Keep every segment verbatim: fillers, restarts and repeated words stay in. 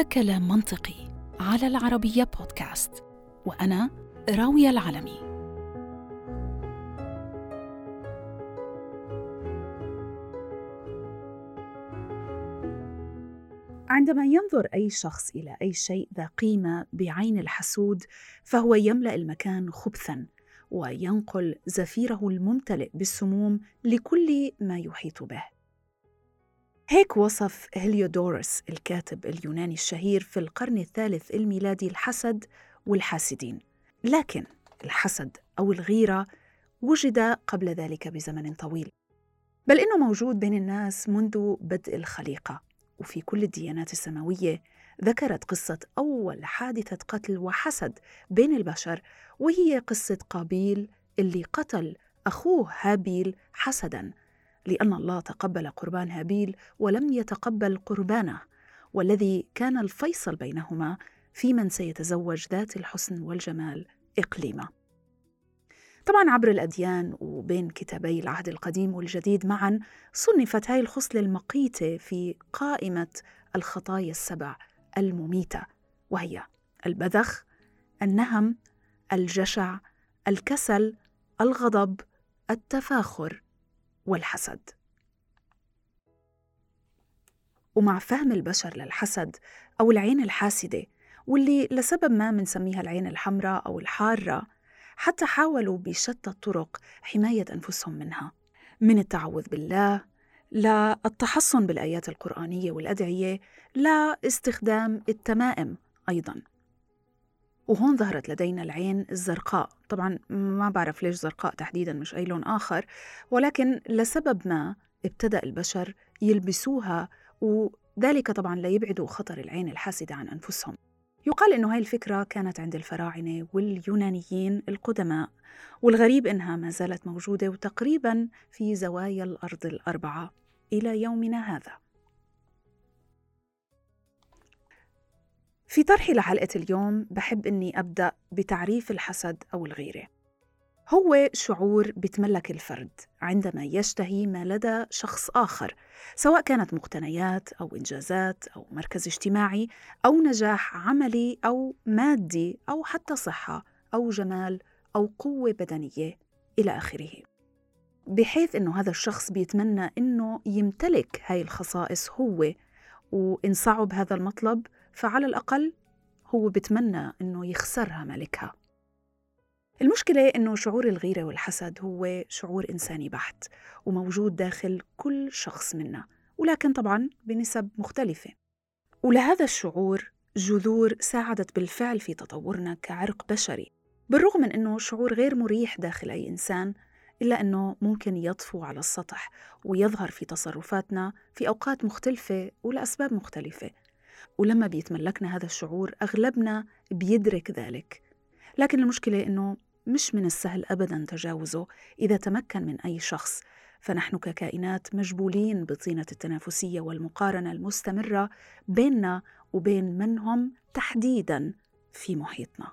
هذا كلام منطقي على العربية بودكاست، وأنا راوية العلمي. عندما ينظر أي شخص إلى أي شيء ذا قيمة بعين الحسود، فهو يملأ المكان خبثاً وينقل زفيره الممتلئ بالسموم لكل ما يحيط به. هيك وصف هيليودورس الكاتب اليوناني الشهير في القرن الثالث الميلادي الحسد والحاسدين. لكن الحسد أو الغيرة وجد قبل ذلك بزمن طويل، بل إنه موجود بين الناس منذ بدء الخليقة. وفي كل الديانات السماوية ذكرت قصة أول حادثة قتل وحسد بين البشر، وهي قصة قابيل اللي قتل أخوه هابيل حسداً، لأن الله تقبل قربان هابيل ولم يتقبل قربانه، والذي كان الفيصل بينهما في من سيتزوج ذات الحسن والجمال إقليمة. طبعاً عبر الأديان وبين كتابي العهد القديم والجديد معاً صنفت هاي الخصلة المقيتة في قائمة الخطايا السبع المميتة، وهي البذخ، النهم، الجشع، الكسل، الغضب، التفاخر والحسد. ومع فهم البشر للحسد أو العين الحاسدة، واللي لسبب ما منسميها العين الحمراء أو الحارة، حتى حاولوا بشتى الطرق حماية أنفسهم منها، من التعوذ بالله، لا التحصن بالآيات القرآنية والأدعية، لا استخدام التمائم أيضاً. وهون ظهرت لدينا العين الزرقاء. طبعاً ما بعرف ليش زرقاء تحديداً مش أي لون آخر، ولكن لسبب ما ابتدأ البشر يلبسوها، وذلك طبعاً ليبعدوا خطر العين الحاسدة عن أنفسهم. يقال إنه هاي الفكرة كانت عند الفراعنة واليونانيين القدماء، والغريب إنها ما زالت موجودة وتقريباً في زوايا الأرض الأربعة إلى يومنا هذا. في طرحي لحلقة اليوم بحب إني أبدأ بتعريف الحسد أو الغيرة. هو شعور بتملك الفرد عندما يشتهي ما لدى شخص آخر، سواء كانت مقتنيات أو إنجازات أو مركز اجتماعي أو نجاح عملي أو مادي أو حتى صحة أو جمال أو قوة بدنية إلى آخره، بحيث إنه هذا الشخص بيتمنى إنه يمتلك هاي الخصائص هو، وإن صعب هذا المطلب فعلى الأقل هو بيتمنى إنه يخسرها ملكها. المشكلة إنه شعور الغيرة والحسد هو شعور إنساني بحت وموجود داخل كل شخص منا، ولكن طبعاً بنسب مختلفة. ولهذا الشعور جذور ساعدت بالفعل في تطورنا كعرق بشري، بالرغم من إنه شعور غير مريح داخل أي إنسان، إلا أنه ممكن يطفو على السطح ويظهر في تصرفاتنا في أوقات مختلفة ولأسباب مختلفة. ولما بيتملكنا هذا الشعور أغلبنا بيدرك ذلك، لكن المشكلة إنه مش من السهل أبداً تجاوزه إذا تمكن من أي شخص. فنحن ككائنات مجبولين بطينة التنافسية والمقارنة المستمرة بيننا وبين من هم تحديداً في محيطنا.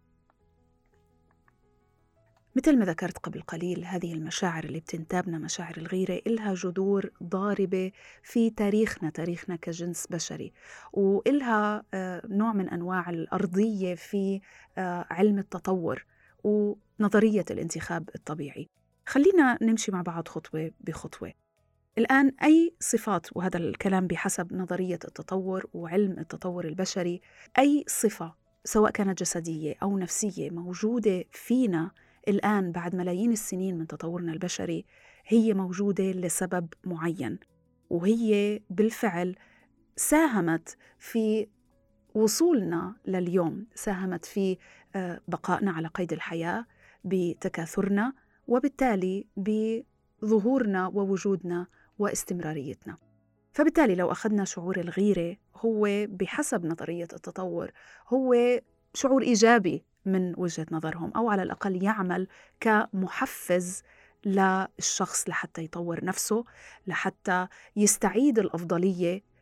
مثل ما ذكرت قبل قليل، هذه المشاعر اللي بتنتابنا، مشاعر الغيرة، إلها جذور ضاربة في تاريخنا تاريخنا كجنس بشري، وإلها نوع من أنواع الأرضية في علم التطور ونظرية الانتخاب الطبيعي. خلينا نمشي مع بعض خطوة بخطوة. الآن أي صفات، وهذا الكلام بحسب نظرية التطور وعلم التطور البشري، أي صفة سواء كانت جسدية أو نفسية موجودة فينا الآن بعد ملايين السنين من تطورنا البشري، هي موجودة لسبب معين، وهي بالفعل ساهمت في وصولنا لليوم، ساهمت في بقائنا على قيد الحياة، بتكاثرنا، وبالتالي بظهورنا ووجودنا واستمراريتنا. فبالتالي لو أخذنا شعور الغيرة، هو بحسب نظرية التطور هو شعور إيجابي من وجهة نظرهم، أو على الأقل يعمل كمحفز للشخص لحتى يطور نفسه، لحتى يستعيد الأفضلية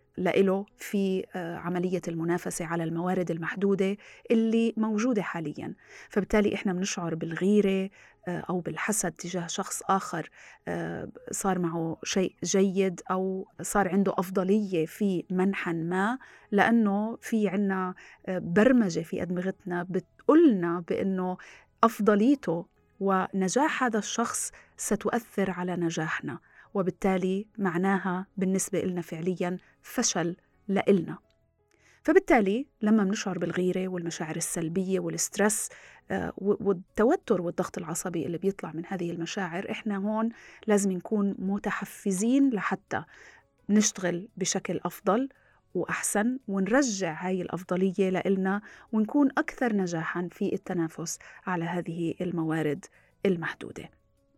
لإله في عملية المنافسة على الموارد المحدودة اللي موجودة حالياً. فبالتالي إحنا بنشعر بالغيرة أو بالحسد تجاه شخص آخر صار معه شيء جيد أو صار عنده أفضلية في منحى ما، لأنه في عنا برمجة في أدمغتنا بتقولنا بأنه أفضليته ونجاح هذا الشخص ستؤثر على نجاحنا، وبالتالي معناها بالنسبة لنا فعلياً فشل لإلنا. فبالتالي لما بنشعر بالغيرة والمشاعر السلبية والسترس والتوتر والضغط العصبي اللي بيطلع من هذه المشاعر، إحنا هون لازم نكون متحفزين لحتى نشتغل بشكل أفضل وأحسن ونرجع هاي الأفضلية لإلنا ونكون أكثر نجاحاً في التنافس على هذه الموارد المحدودة.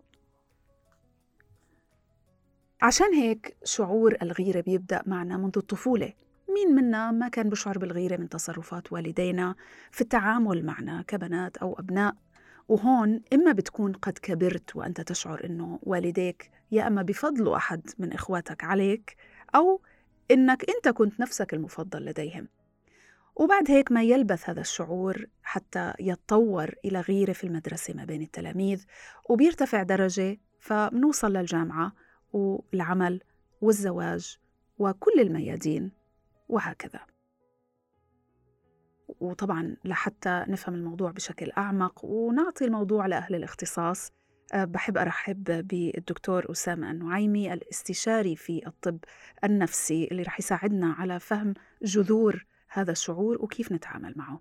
عشان هيك شعور الغيرة بيبدأ معنا منذ الطفولة. مين منا ما كان بشعر بالغيرة من تصرفات والدينا في التعامل معنا كبنات أو أبناء؟ وهون إما بتكون قد كبرت وأنت تشعر إنه والديك يا أما بفضلوا أحد من إخواتك عليك، أو إنك أنت كنت نفسك المفضل لديهم. وبعد هيك ما يلبث هذا الشعور حتى يتطور إلى غيرة في المدرسة ما بين التلاميذ، وبيرتفع درجة فبنوصل للجامعة والعمل والزواج وكل الميادين وهكذا. وطبعاً لحتى نفهم الموضوع بشكل أعمق ونعطي الموضوع لأهل الاختصاص، بحب أرحب بالدكتور أسامة النعيمي الاستشاري في الطب النفسي اللي رح يساعدنا على فهم جذور هذا الشعور وكيف نتعامل معه.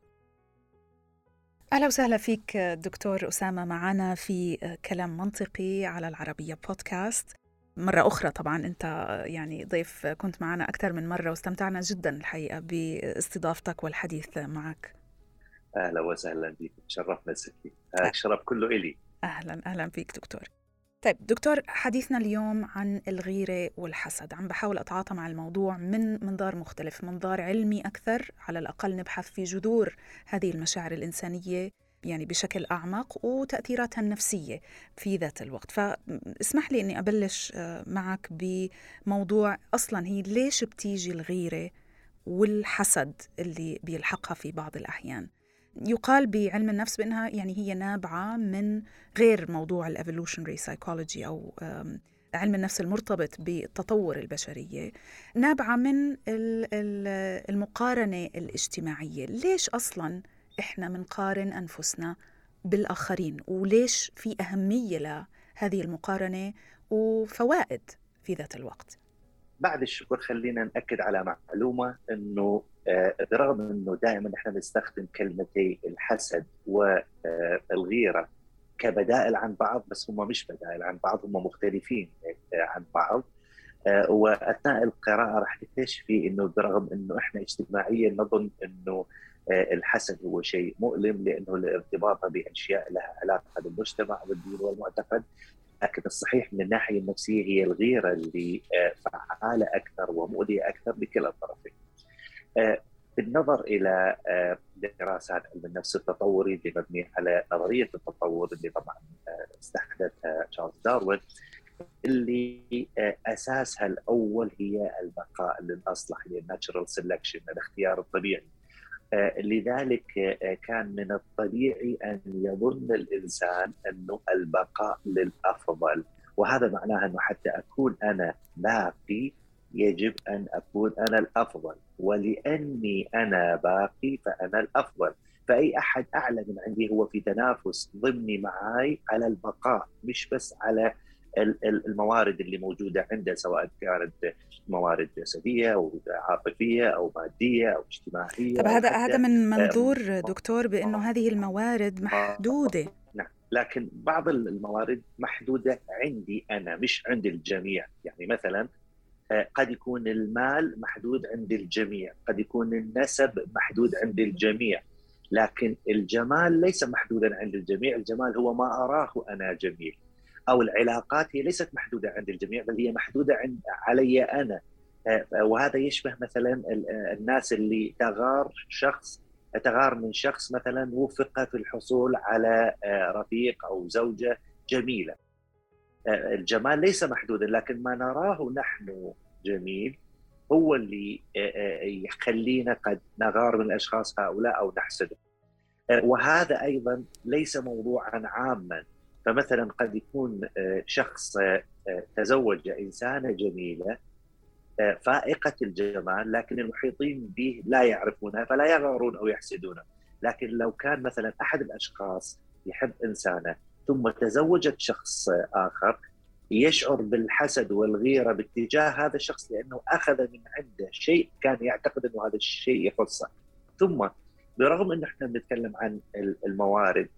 أهلا وسهلا فيك دكتور أسامة معنا في كلام منطقي على العربية بودكاست. مرة أخرى طبعاً أنت يعني ضيف كنت معنا أكثر من مرة واستمتعنا جداً الحقيقة باستضافتك والحديث معك. أهلا وسهلا بك، تشرفنا ستي، هذا الشرف كله إلي. أهلا أهلا فيك دكتور. طيب دكتور، حديثنا اليوم عن الغيرة والحسد. عم بحاول أتعاطى مع الموضوع من منظار مختلف، منظار علمي أكثر، على الأقل نبحث في جذور هذه المشاعر الإنسانية يعني بشكل أعمق وتأثيراتها النفسية في ذات الوقت. فاسمح لي أني أبلش معك بموضوع أصلاً هي ليش بتيجي الغيرة والحسد اللي بيلحقها في بعض الأحيان. يقال بعلم النفس بأنها يعني هي نابعة من غير موضوع الإيفولوشنري سايكولوجي أو علم النفس المرتبط بالتطور البشرية، نابعة من المقارنة الاجتماعية. ليش أصلاً إحنا منقارن أنفسنا بالآخرين، وليش في أهمية لهذه المقارنة وفوائد في ذات الوقت؟ بعد الشكر خلينا نأكد على معلومة أنه برغم أنه دائما إحنا نستخدم كلمتي الحسد والغيرة كبدائل عن بعض، بس هم مش بدائل عن بعض، هم مختلفين عن بعض. وأثناء القراءة راح تكتشفي أنه برغم أنه إحنا اجتماعيا نظن أنه الحسد هو شيء مؤلم لأنه الارتباط بأشياء لها علاقة بالمجتمع والدين والمعتقد، لكن الصحيح من الناحية النفسية هي الغيرة اللي فعالة أكثر ومؤذية أكثر لكلا الطرفين. بالنظر إلى دراسات علم النفس التطوري اللي مبنية على نظرية التطور اللي طبعا استحدثها تشارلز داروين، اللي أساسها الأول هي البقاء للأصلح، هي الناتشرال سيلكشن، الاختيار الطبيعي. لذلك كان من الطبيعي أن يظن الإنسان أنه البقاء للأفضل، وهذا معناه أنه حتى أكون أنا باقي يجب أن أكون أنا الأفضل، ولأني أنا باقي فأنا الأفضل، فأي أحد أعلى من عندي هو في تنافس ضمني معي على البقاء، مش بس على الموارد اللي موجودة عنده، سواء كانت موارد جسدية أو عاطفية أو مادية أو اجتماعية. طب هذا هذا من منظور دكتور بأنه هذه الموارد محدودة. نعم، لكن بعض الموارد محدودة عندي أنا مش عند الجميع. يعني مثلا قد يكون المال محدود عند الجميع، قد يكون النسب محدود عند الجميع، لكن الجمال ليس محدودا عند الجميع. الجمال هو ما أراه أنا جميل. أو العلاقات هي ليست محدودة عند الجميع، بل هي محدودة عند علي أنا. وهذا يشبه مثلا الناس اللي تغار شخص تغار من شخص مثلا وفق في الحصول على رفيق أو زوجة جميلة. الجمال ليس محدودا، لكن ما نراه نحن جميل هو اللي يخلينا قد نغار من الأشخاص هؤلاء أو نحسدهم. وهذا أيضا ليس موضوعا عاما. فمثلا قد يكون شخص تزوج إنسانة جميلة فائقة الجمال، لكن المحيطين به لا يعرفونها فلا يغارون أو يحسدونها. لكن لو كان مثلا أحد الأشخاص يحب إنسانة ثم تزوجت شخص آخر، يشعر بالحسد والغيرة باتجاه هذا الشخص لأنه أخذ من عنده شيء كان يعتقد أنه هذا الشيء يخصه. ثم برغم أن احنا بنتكلم عن الموارد،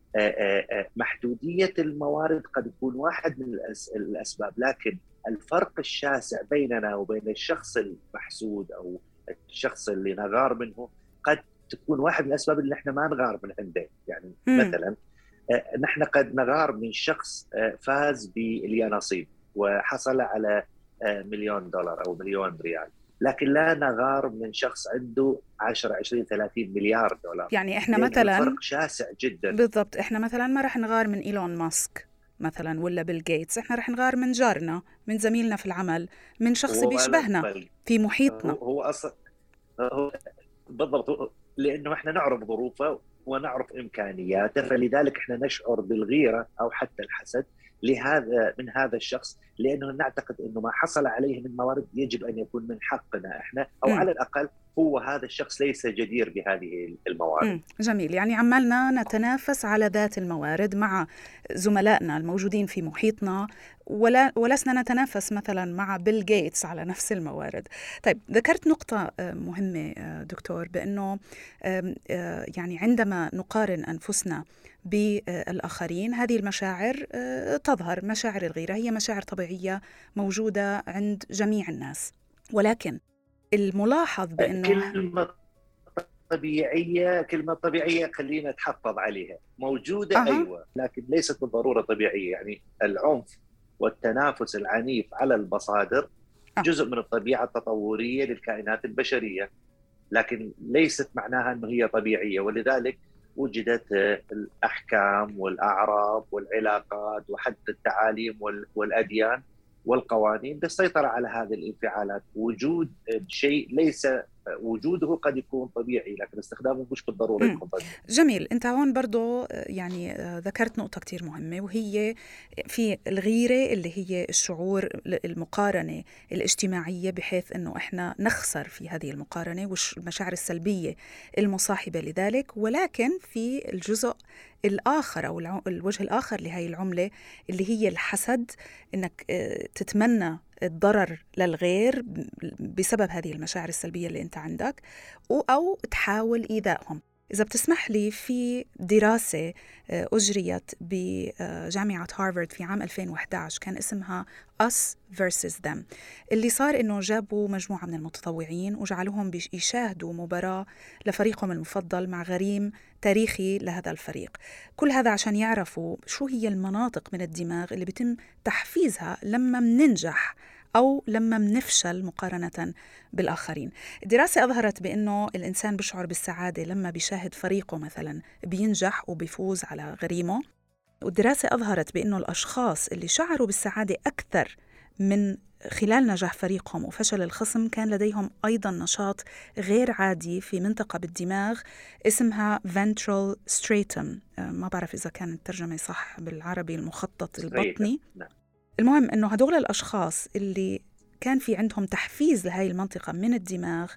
محدودية الموارد قد تكون واحد من الأسباب، لكن الفرق الشاسع بيننا وبين الشخص المحسود أو الشخص اللي نغار منه قد تكون واحد من الأسباب اللي احنا ما نغار من عنده. يعني م. مثلا نحن قد نغار من شخص فاز باليانصيب وحصل على مليون دولار أو مليون ريال، لكن لا نغار من شخص عنده عشرة عشرين ثلاثين مليار دولار. يعني احنا مثلا الفرق شاسع جدا. بالضبط. احنا مثلا ما رح نغار من إيلون ماسك مثلا ولا بيل غيتس، احنا رح نغار من جارنا، من زميلنا في العمل، من شخص بيشبهنا في محيطنا. هو, هو اصلا هو بالضبط، لانه احنا نعرف ظروفه ونعرف امكانياته، فلذلك احنا نشعر بالغيره او حتى الحسد لهذا من هذا الشخص، لانه نعتقد انه ما حصل عليه من موارد يجب ان يكون من حقنا احنا، او م. على الاقل هو هذا الشخص ليس جدير بهذه الموارد. م. جميل. يعني عمالنا نتنافس على ذات الموارد مع زملائنا الموجودين في محيطنا، ولا ولسنا نتنافس مثلا مع بيل غيتس على نفس الموارد. طيب، ذكرت نقطة مهمة دكتور، بأنه يعني عندما نقارن أنفسنا بالآخرين هذه المشاعر تظهر. مشاعر الغيرة هي مشاعر طبيعية موجودة عند جميع الناس، ولكن الملاحظ بأنه كلمة طبيعية كلمة طبيعية خلينا نتحفظ عليها. موجودة أه. أيوة، لكن ليست بالضرورة طبيعية. يعني العنف والتنافس العنيف على البصادر أه. جزء من الطبيعة التطورية للكائنات البشرية، لكن ليست معناها أنه هي طبيعية. ولذلك وجدت الأحكام والأعراف والعلاقات وحتى التعاليم والأديان والقوانين للسيطرة على هذه الانفعالات. وجود شيء ليس وجوده قد يكون طبيعي، لكن استخدامه مش بالضرورة يكون طبيعي. جميل. انت هون برضو يعني ذكرت نقطة كتير مهمة، وهي في الغيرة اللي هي الشعور المقارنة الاجتماعية، بحيث انه احنا نخسر في هذه المقارنة والمشاعر السلبية المصاحبة لذلك. ولكن في الجزء الآخر أو الوجه الآخر لهذه العملة اللي هي الحسد، إنك تتمنى الضرر للغير بسبب هذه المشاعر السلبية اللي أنت عندك، أو تحاول إيذائهم. إذا بتسمح لي، في دراسة أجريت بجامعة هارفارد في عام ألفين وإحدى عشر كان اسمها Us versus Them. اللي صار إنه جابوا مجموعة من المتطوعين وجعلوهم يشاهدوا مباراة لفريقهم المفضل مع غريم تاريخي لهذا الفريق. كل هذا عشان يعرفوا شو هي المناطق من الدماغ اللي بيتم تحفيزها لما مننجح أو لما منفشل مقارنة بالآخرين. الدراسة أظهرت بأنه الإنسان بيشعر بالسعادة لما بيشاهد فريقه مثلا بينجح وبيفوز على غريمه. والدراسة أظهرت بأنه الأشخاص اللي شعروا بالسعادة أكثر من خلال نجاح فريقهم وفشل الخصم كان لديهم أيضا نشاط غير عادي في منطقة بالدماغ اسمها ventral striatum. ما بعرف إذا كانت الترجمة صح بالعربي، المخطط البطني. المهم أنه هدول الأشخاص اللي كان في عندهم تحفيز لهاي المنطقة من الدماغ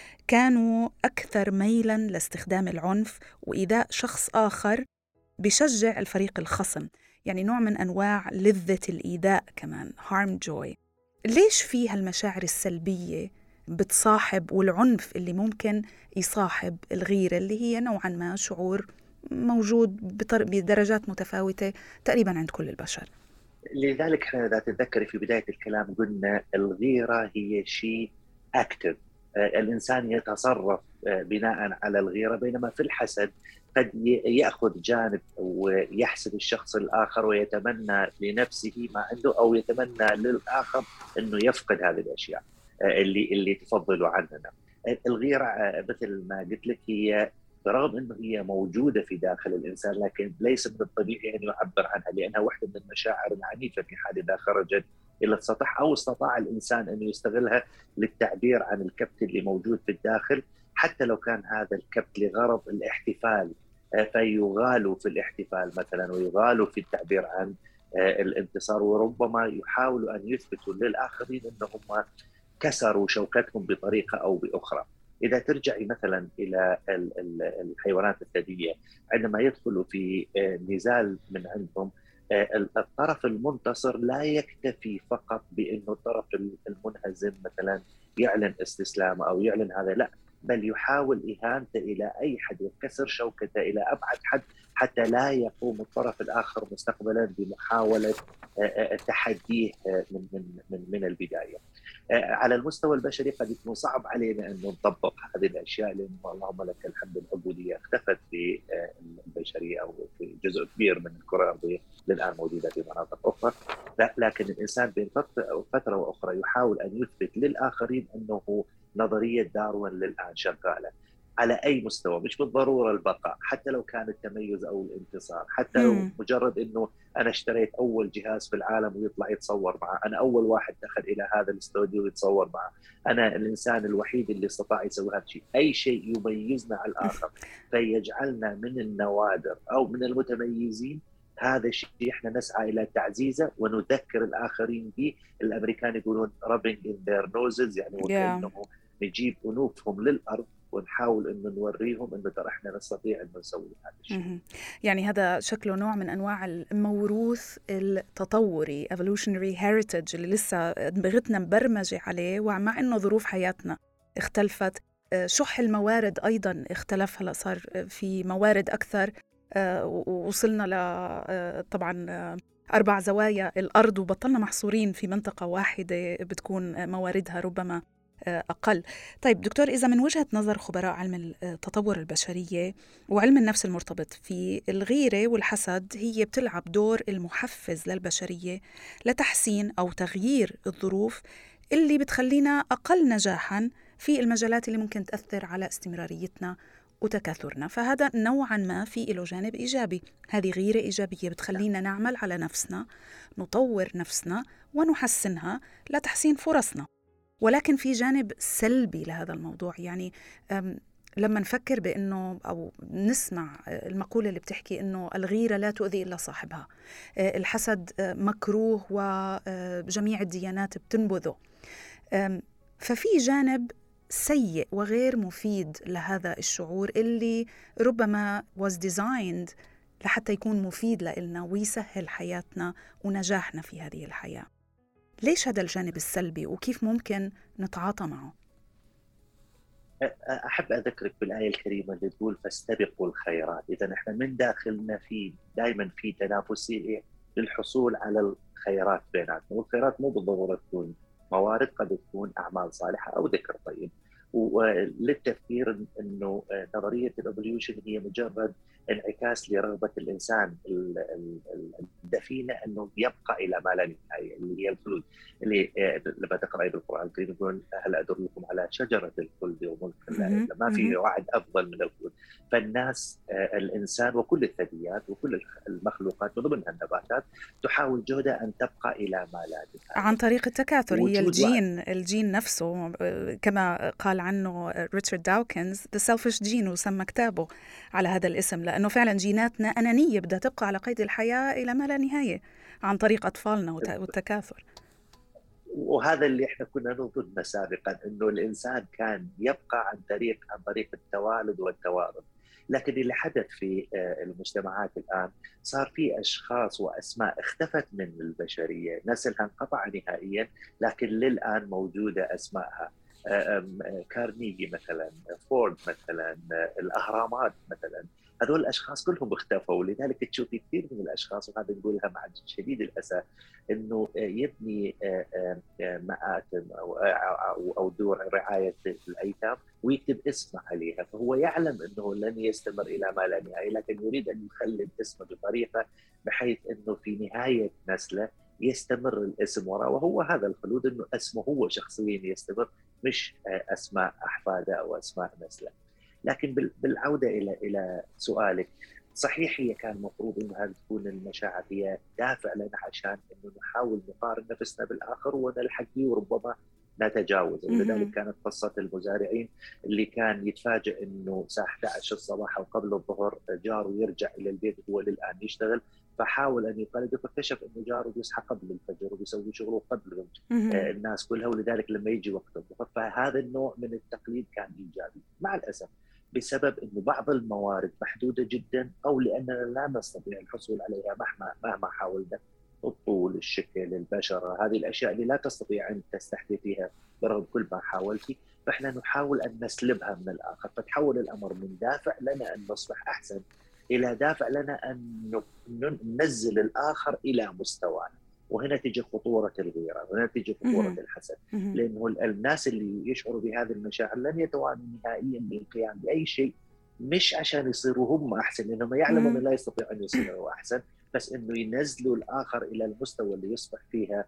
كانوا أكثر ميلاً لاستخدام العنف وإيذاء شخص آخر بشجع الفريق الخصم، يعني نوع من أنواع لذة الإيذاء كمان، harm joy. ليش في هالمشاعر السلبية بتصاحب والعنف اللي ممكن يصاحب الغيرة اللي هي نوعاً ما شعور موجود بدرجات متفاوتة تقريباً عند كل البشر؟ لذلك احنا إذا تتذكري في بداية الكلام قلنا الغيرة هي شيء أكتف، الإنسان يتصرف بناء على الغيرة، بينما في الحسد قد يأخذ جانب ويحسد الشخص الآخر ويتمنى لنفسه ما عنده، أو يتمنى للآخر أنه يفقد هذه الأشياء اللي اللي تفضلوا عننا. الغيرة مثل ما قلت لك هي برغم أنه هي موجودة في داخل الإنسان، لكن ليس من الطبيعي أن يعبر عنها، لأنها واحدة من المشاعر العنيفة في حال إذا خرجت الى السطح، او استطاع الانسان ان يستغلها للتعبير عن الكبت اللي موجود في الداخل، حتى لو كان هذا الكبت لغرض الاحتفال، فيغالوا في الاحتفال مثلا ويغالوا في التعبير عن الانتصار، وربما يحاولوا ان يثبتوا للاخرين انهم كسروا شوكتهم بطريقه او باخرى. اذا ترجعي مثلا الى الحيوانات الثدييه، عندما يدخلوا في نزال من عندهم، الطرف المنتصر لا يكتفي فقط بانه الطرف المنهزم مثلا يعلن استسلامه او يعلن هذا، لا، بل يحاول اهانته الى اي حد وكسر شوكته الى ابعد حد، حتى لا يقوم الطرف الاخر مستقبلا بمحاوله تحديه من من من من البدايه. على المستوى البشري قد يكون صعب علينا أن نطبق هذه الأشياء، لأن اللهم لك الحمد العبودية اختفت في البشرية أو في جزء كبير من الكرة الأرضية، للآن موجودة في مناطق أخرى، لكن الإنسان بين فترة وأخرى يحاول أن يثبت للآخرين أنه نظرية داروين للآن شغالة على أي مستوى، مش بالضرورة البقاء، حتى لو كان التميز أو الانتصار، حتى لو مجرد أنه أنا اشتريت أول جهاز في العالم ويطلع يتصور معه، أنا أول واحد دخل إلى هذا الاستوديو يتصور معه، أنا الإنسان الوحيد اللي استطاع يسوي هذا الشيء، أي شيء يميزنا على الآخر فيجعلنا من النوادر أو من المتميزين، هذا الشيء احنا نسعى الى تعزيزه ونذكر الاخرين به. الامريكان يقولون rubbing in their noses، يعني وكانه yeah. نجيب انوفهم للارض ونحاول انه نوريهم انه ترى احنا نستطيع انه نسوي هذا الشيء. يعني هذا شكله نوع من انواع الموروث التطوري evolutionary heritage اللي لسه دماغتنا مبرمجه عليه، ومع انه ظروف حياتنا اختلفت، شح الموارد ايضا اختلف، هلا صار في موارد اكثر، ووصلنا ل طبعا اربع زوايا الارض وبطلنا محصورين في منطقه واحده بتكون مواردها ربما أقل. طيب دكتور، إذا من وجهة نظر خبراء علم التطور البشرية وعلم النفس المرتبط في الغيرة والحسد، هي بتلعب دور المحفز للبشرية لتحسين أو تغيير الظروف اللي بتخلينا أقل نجاحاً في المجالات اللي ممكن تأثر على استمراريتنا وتكاثرنا، فهذا نوعاً ما في له جانب إيجابي. هذه غيرة إيجابية بتخلينا نعمل على نفسنا، نطور نفسنا ونحسنها لتحسين فرصنا. ولكن في جانب سلبي لهذا الموضوع، يعني لما نفكر بأنه أو نسمع المقولة اللي بتحكي أنه الغيرة لا تؤذي إلا صاحبها، الحسد مكروه وجميع الديانات بتنبذه، ففي جانب سيء وغير مفيد لهذا الشعور اللي ربما was designed لحتى يكون مفيد لنا ويسهل حياتنا ونجاحنا في هذه الحياة. ليش هذا الجانب السلبي وكيف ممكن نتعاطى معه؟ أحب أذكرك بالآية الكريمة اللي تقول فاستبقوا الخيرات. إذا إحنا من داخلنا في دائما في تنافسية للحصول على الخيرات بيناتنا، والخيرات مو بالضرورة تكون موارد، قد تكون أعمال صالحة أو ذكر طيب. وللتفكير إنه نظرية الإيفوليوشن هي مجرد انعكاس لرغبة الإنسان الدفينة أنه يبقى إلى ما لا نهاية، اللي هي الخلود، اللي لما تقرأي بالقرآن الكريم يقول هل أدلكم على شجرة الخلد وملك لا يبلى، ما في وعد أفضل من الخلود. فالناس الإنسان وكل الثدييات وكل المخلوقات وضمنها النباتات تحاول جهدها أن تبقى إلى ما لا نهاية عن طريق التكاثر. هي الجين الجين نفسه كما قال عنه ريتشارد داوكنز The Selfish Gene، وسمى كتابه على هذا الاسم، لأنه فعلا جيناتنا أنانية بدها تبقى على قيد الحياة إلى ما لا نهاية عن طريق أطفالنا والتكاثر. وهذا اللي احنا كنا نظن سابقا، انه الانسان كان يبقى عن طريق عن طريق التوالد والتوارث، لكن اللي حدث في المجتمعات الان صار في اشخاص واسماء اختفت من البشريه، نسلها انقطع نهائيا، لكن للان موجوده اسمائها، كارنيجي مثلا، فورد مثلا، الاهرامات مثلا، هذول الاشخاص كلهم اختفوا. ولذلك تشوفي كثير من الاشخاص، وهذا نقولها مع شديد الاسى، انه يبني مآتم او او دور رعايه الايتام ويكتب اسمه عليها، فهو يعلم انه لن يستمر الى ما لا نهايه، لكن يريد ان يخلد اسمه بطريقه بحيث انه في نهايه نسله يستمر الاسم وراءه، وهو هذا الخلود، انه اسمه هو شخصيا يستمر، مش اسماء احفاده او اسماء نسله. لكن بالعوده الى الى سؤالك، صحيح هي كان المفروض انه هذه تكون المشاعر هي دافع لنا عشان انه نحاول نقارن نفسنا بالاخر ونلحق فيه وربما نتجاوز، ولذلك مهم. كانت قصه المزارعين اللي كان يتفاجئ انه الساعه إحدى عشر الصباح او قبل الظهر جاره يرجع الى البيت وهو للان يشتغل، فحاول ان يقلده فاكتشف انه جاره بيصحى قبل الفجر وبيسوي شغله قبل مهم. الناس كلها، ولذلك لما يجي وقت الظهر فهذا النوع من التقليد كان ايجابي. مع الاسف بسبب انه بعض الموارد محدوده جدا او لاننا لا نستطيع الحصول عليها مهما مهما حاولنا، الطول، الشكل، البشره، هذه الاشياء اللي لا تستطيع ان تستحدثيها برغم كل ما حاولتي، فاحنا نحاول ان نسلبها من الاخر، فتحول الامر من دافع لنا ان نصبح احسن الى دافع لنا ان ننزل الاخر الى مستوانا. وهنا تجي خطوره الغيره، وهنا تجي خطوره مهم. الحسد، مهم. لانه الناس اللي يشعروا بهذه المشاعر لن يتوانوا نهائيا بالقيام باي شيء، مش عشان يصيروا هم احسن لانهم يعلموا انه مهم. لا يستطيع ان يصيروا احسن، بس انه ينزلوا الاخر الى المستوى اللي يصبح فيها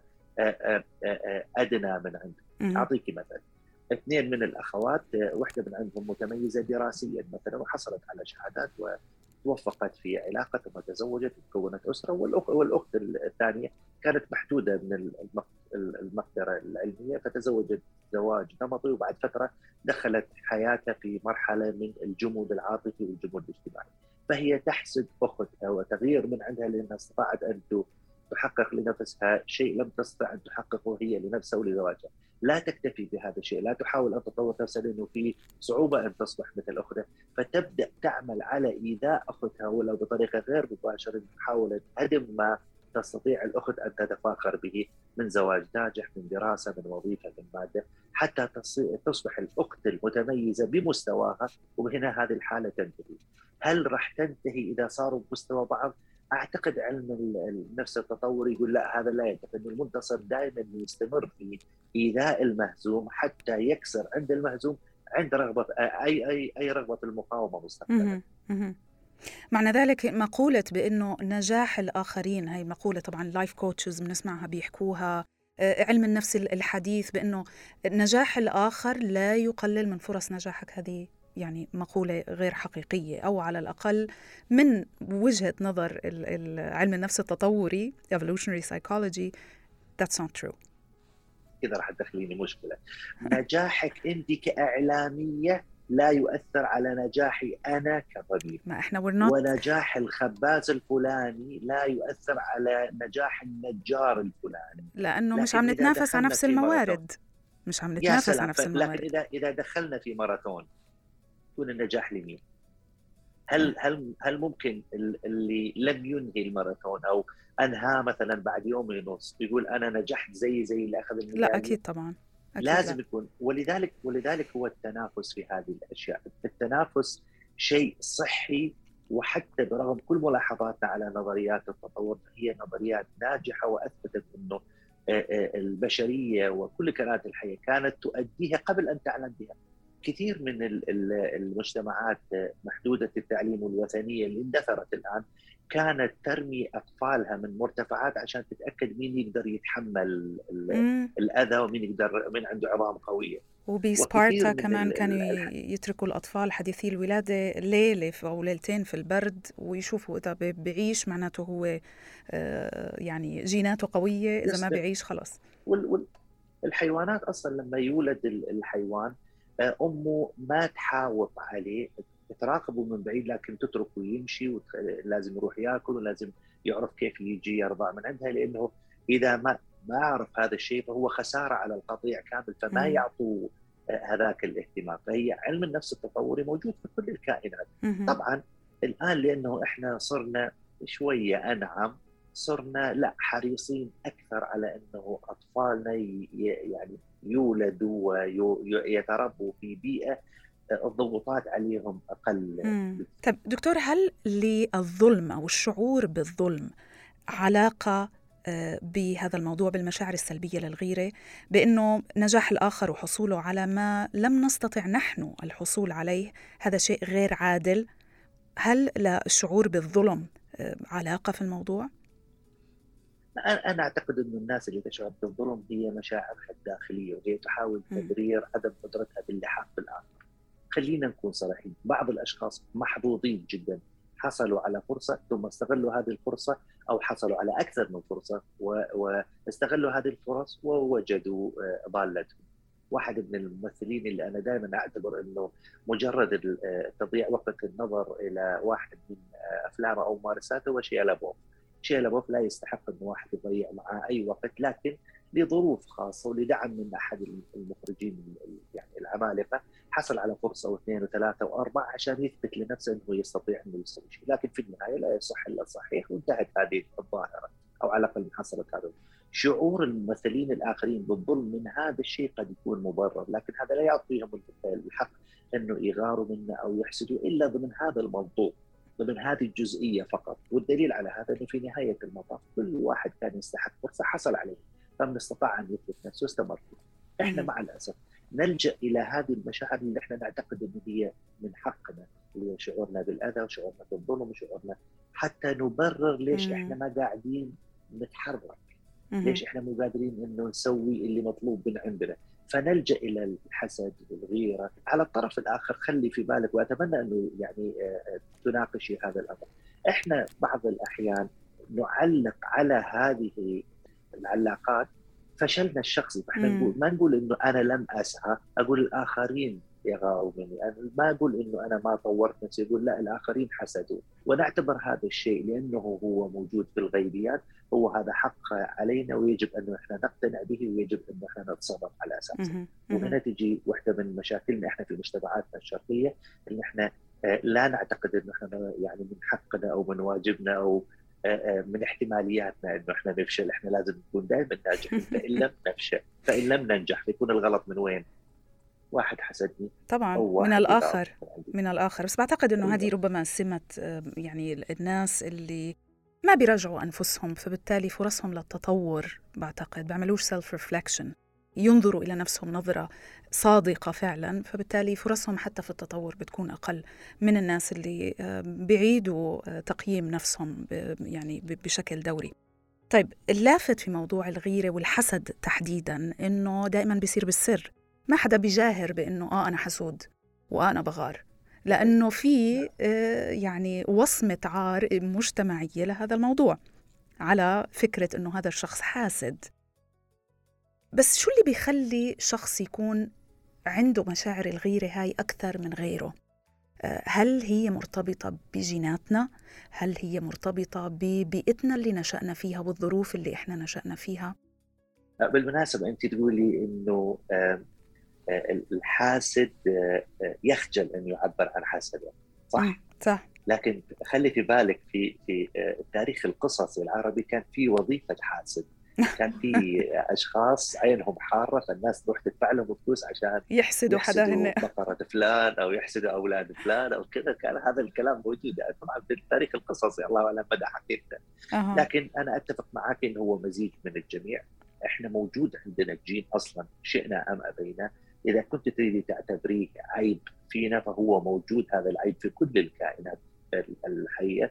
ادنى من عنده. مهم. اعطيك مثل، اثنين من الاخوات، واحده من عندهم متميزه دراسيا مثلا وحصلت على شهادات وتوفقت في علاقه ثم تزوجت وكونت اسره، والاخت والاخت الثانيه كانت محدوده من المقدره العلميه فتزوجت زواج نمطي، وبعد فتره دخلت حياتها في مرحله من الجمود العاطفي والجمود الاجتماعي، فهي تحسد اختها وتغيير من عندها لانها استطاعت ان تحقق لنفسها شيء لم تستطع ان تحققه هي لنفسها ولزواجها. لا تكتفي بهذا الشيء، لا تحاول ان تطور نفسها لانه في صعوبه ان تصبح مثل اختها، فتبدا تعمل على ايذاء اختها ولو بطريقه غير مباشره، محاوله هدم ما تستطيع الاخت ان تتفاخر به من زواج ناجح، من دراسه، من وظيفه، من ماده، حتى تصبح الاخت المتميزه بمستواها، وهنا هذه الحاله تنتهي. هل راح تنتهي اذا صاروا بمستوى بعض؟ اعتقد علم النفس التطوري يقول لا، هذا لا ينتهي، انه المنتصر دائما يستمر في ايذاء المهزوم حتى يكسر عند المهزوم عند رغبه اي اي اي رغبه في المقاومه مستقبلا. مهم. مهم. معنى ذلك مقولة بأنه نجاح الآخرين، هاي مقولة طبعا لايف كوتشز بنسمعها بيحكوها، علم النفس الحديث، بأنه نجاح الآخر لا يقلل من فرص نجاحك، هذه يعني مقولة غير حقيقية، أو على الأقل من وجهة نظر علم النفس التطوري evolutionary psychology that's not true. كذا راح تدخليني مشكلة. نجاحك أنت كإعلامية لا يؤثر على نجاحي أنا كطبيب، ما إحنا not... ونجاح الخباز الفلاني لا يؤثر على نجاح النجار الفلاني، لأنه مش عم نتنافس على نفس الموارد، مش عم نتنافس على نفس الموارد. لكن إذا إذا دخلنا في ماراثون يكون النجاح لمين؟ هل هل هل ممكن اللي لم ينهي الماراثون او انهى مثلا بعد يوم ونص يقول انا نجحت زي زي اللي اخذ الميداليه؟ لا اكيد طبعا، أكيد لازم لا. يكون ولذلك ولذلك هو التنافس في هذه الاشياء، التنافس شيء صحي، وحتى برغم كل ملاحظاتنا على نظريات التطور هي نظريات ناجحه واثبتت انه البشريه وكل كائنات الحيه كانت تؤديها قبل ان تعلم بها. كثير من المجتمعات محدودة التعليم والوثنية اللي اندثرت الآن كانت ترمي أطفالها من مرتفعات عشان تتأكد مين يقدر يتحمل الأذى ومين يقدر من عنده عظام قوية. وبسبارتا كمان كانوا يتركوا الأطفال حديثي الولادة ليلة أو ليلتين في البرد ويشوفوا إذا بيعيش معناته هو يعني جيناته قوية، إذا ما بيعيش خلاص. والحيوانات أصلا لما يولد الحيوان أمه ما تحاوط عليه، تراقبه من بعيد لكن تتركه يمشي، ولازم يروح يأكل ولازم يعرف كيف يجي يرضع من عندها، لأنه إذا ما ما عرف هذا الشيء فهو خسارة على القطيع كامل، فما يعطوا هذاك الاهتمام. فهي علم النفس التطوري موجود في كل الكائنات. طبعا الآن لأنه إحنا صرنا شوية أنعم، صرنا لا حريصين أكثر على أنه أطفالنا يعني يولدوا ويتربوا في بيئة الضغوطات عليهم أقل. طب دكتور، هل للظلم أو الشعور بالظلم علاقة بهذا الموضوع بالمشاعر السلبية للغيرة، بأنه نجاح الآخر وحصوله على ما لم نستطع نحن الحصول عليه هذا شيء غير عادل؟ هل للشعور بالظلم علاقة في الموضوع؟ أنا أعتقد أن الناس اللي تشعر بالظلم هي مشاعرها الداخلية، وهي تحاول تبرير عدم قدرتها باللحاق بالآخر. خلينا نكون صريحين، بعض الأشخاص محظوظين جدا حصلوا على فرصة ثم استغلوا هذه الفرصة، أو حصلوا على أكثر من فرصة واستغلوا هذه الفرص ووجدوا ضالتهم. واحد من الممثلين اللي أنا دائما أعتبر أنه مجرد تضييع وقت النظر إلى واحد من أفلامه أو ممارساته هو شيا لابوف. شيا لابوف لا يستحق أن واحد يضيع معه أي وقت، لكن لظروف خاصة ولدعم من أحد المخرجين يعني العمالقة حصل على فرصة واثنين وثلاثة وأربعة عشان يثبت لنفسه أنه يستطيع أنه يسوي شيء، لكن في النهاية لا يصح إلا الصحيح وانتهت هذه الظاهرة، أو على الأقل حصلت هذا. شعور الممثلين الآخرين بالظلم من هذا الشيء قد يكون مبرر، لكن هذا لا يعطيهم الحق أنه يغاروا منه أو يحسدوا إلا ضمن هذا المنظور، ضمن هذه الجزئية فقط. والدليل على هذا أنه في نهاية المطاف كل واحد كان يستحق فرصة حصل عليه، فمن استطاع أن يثبت نفسه واستمر فيه. إحنا مع الأسف نلجأ إلى هذه المشاعر اللي إحنا نعتقد أن هي من حقنا، اللي هي شعورنا بالأذى وشعورنا بالظلم وشعورنا، حتى نبرر ليش إحنا ما قاعدين نتحرك، ليش إحنا مو قادرين إنه نسوي اللي مطلوب من عندنا. فنلجأ إلى الحسد والغيرة على الطرف الآخر. خلي في بالك، وأتمنى أنه يعني تناقشي هذا الأمر. إحنا بعض الأحيان نعلق على هذه العلاقات فشلنا الشخصي، فإحنا نقول ما نقول إنه أنا لم أسعى، أقول الآخرين يغاروا مني، أنا ما أقول إنه أنا ما طورت نفسي، أقول لا الآخرين حسدوا. ونعتبر هذا الشيء لأنه هو موجود في الغيبيات، هو هذا حق علينا ويجب أنه إحنا نقتنع به ويجب أنه إحنا نتصرف على أساسه. وهنا تجي واحدة من مشاكلنا إحنا في مجتمعاتنا الشرقية، إن إحنا لا نعتقد إنه إحنا يعني من حقنا أو من واجبنا أو من احتمالياتنا إنه إحنا نفشل. إحنا لازم نكون دائما ناجحين، فإن لم نفشل فإن لم ننجح يكون الغلط من وين؟ واحد حسدني طبعا من الآخر من الآخر بس بعتقد إنه هذه ربما سمة يعني الناس اللي ما بيراجعوا أنفسهم، فبالتالي فرصهم للتطور بعتقد بعملوش سيلف ريفلكشن، ينظروا إلى نفسهم نظرة صادقة فعلا، فبالتالي فرصهم حتى في التطور بتكون أقل من الناس اللي بيعيدوا تقييم نفسهم يعني بشكل دوري. طيب اللافت في موضوع الغيرة والحسد تحديدا إنه دائما بيصير بالسر، ما حدا بيجاهر بأنه آه أنا حسود وأنا بغار، لأنه في آه يعني وصمة عار مجتمعية لهذا الموضوع على فكرة أنه هذا الشخص حاسد. بس شو اللي بيخلي شخص يكون عنده مشاعر الغيرة هاي أكثر من غيره؟ آه هل هي مرتبطة بجيناتنا؟ هل هي مرتبطة ببيئتنا اللي نشأنا فيها والظروف اللي إحنا نشأنا فيها؟ بالمناسبة أنت تقولي أنه آه الحاسد يخجل أن يعبر عن حسده، صح؟ صح. لكن خلي في بالك في في التاريخ القصصي العربي كان في وظيفة حاسد، كان في أشخاص عينهم حارة فالناس تروح تدفع لهم فلوس عشان يحسدوا حدا هن بقرة فلان أو يحسدوا أولاد فلان أو كذا. كان هذا الكلام موجود يعني طبعا في التاريخ القصصي، الله أعلم مدى حقيقته. أه. لكن أنا أتفق معك إنه هو مزيج من الجميع. إحنا موجود عندنا جين أصلا شئنا أم أبينا، إذا كنت تريدي تعتبريه عيب فينا فهو موجود هذا العيب في كل الكائنات الحية،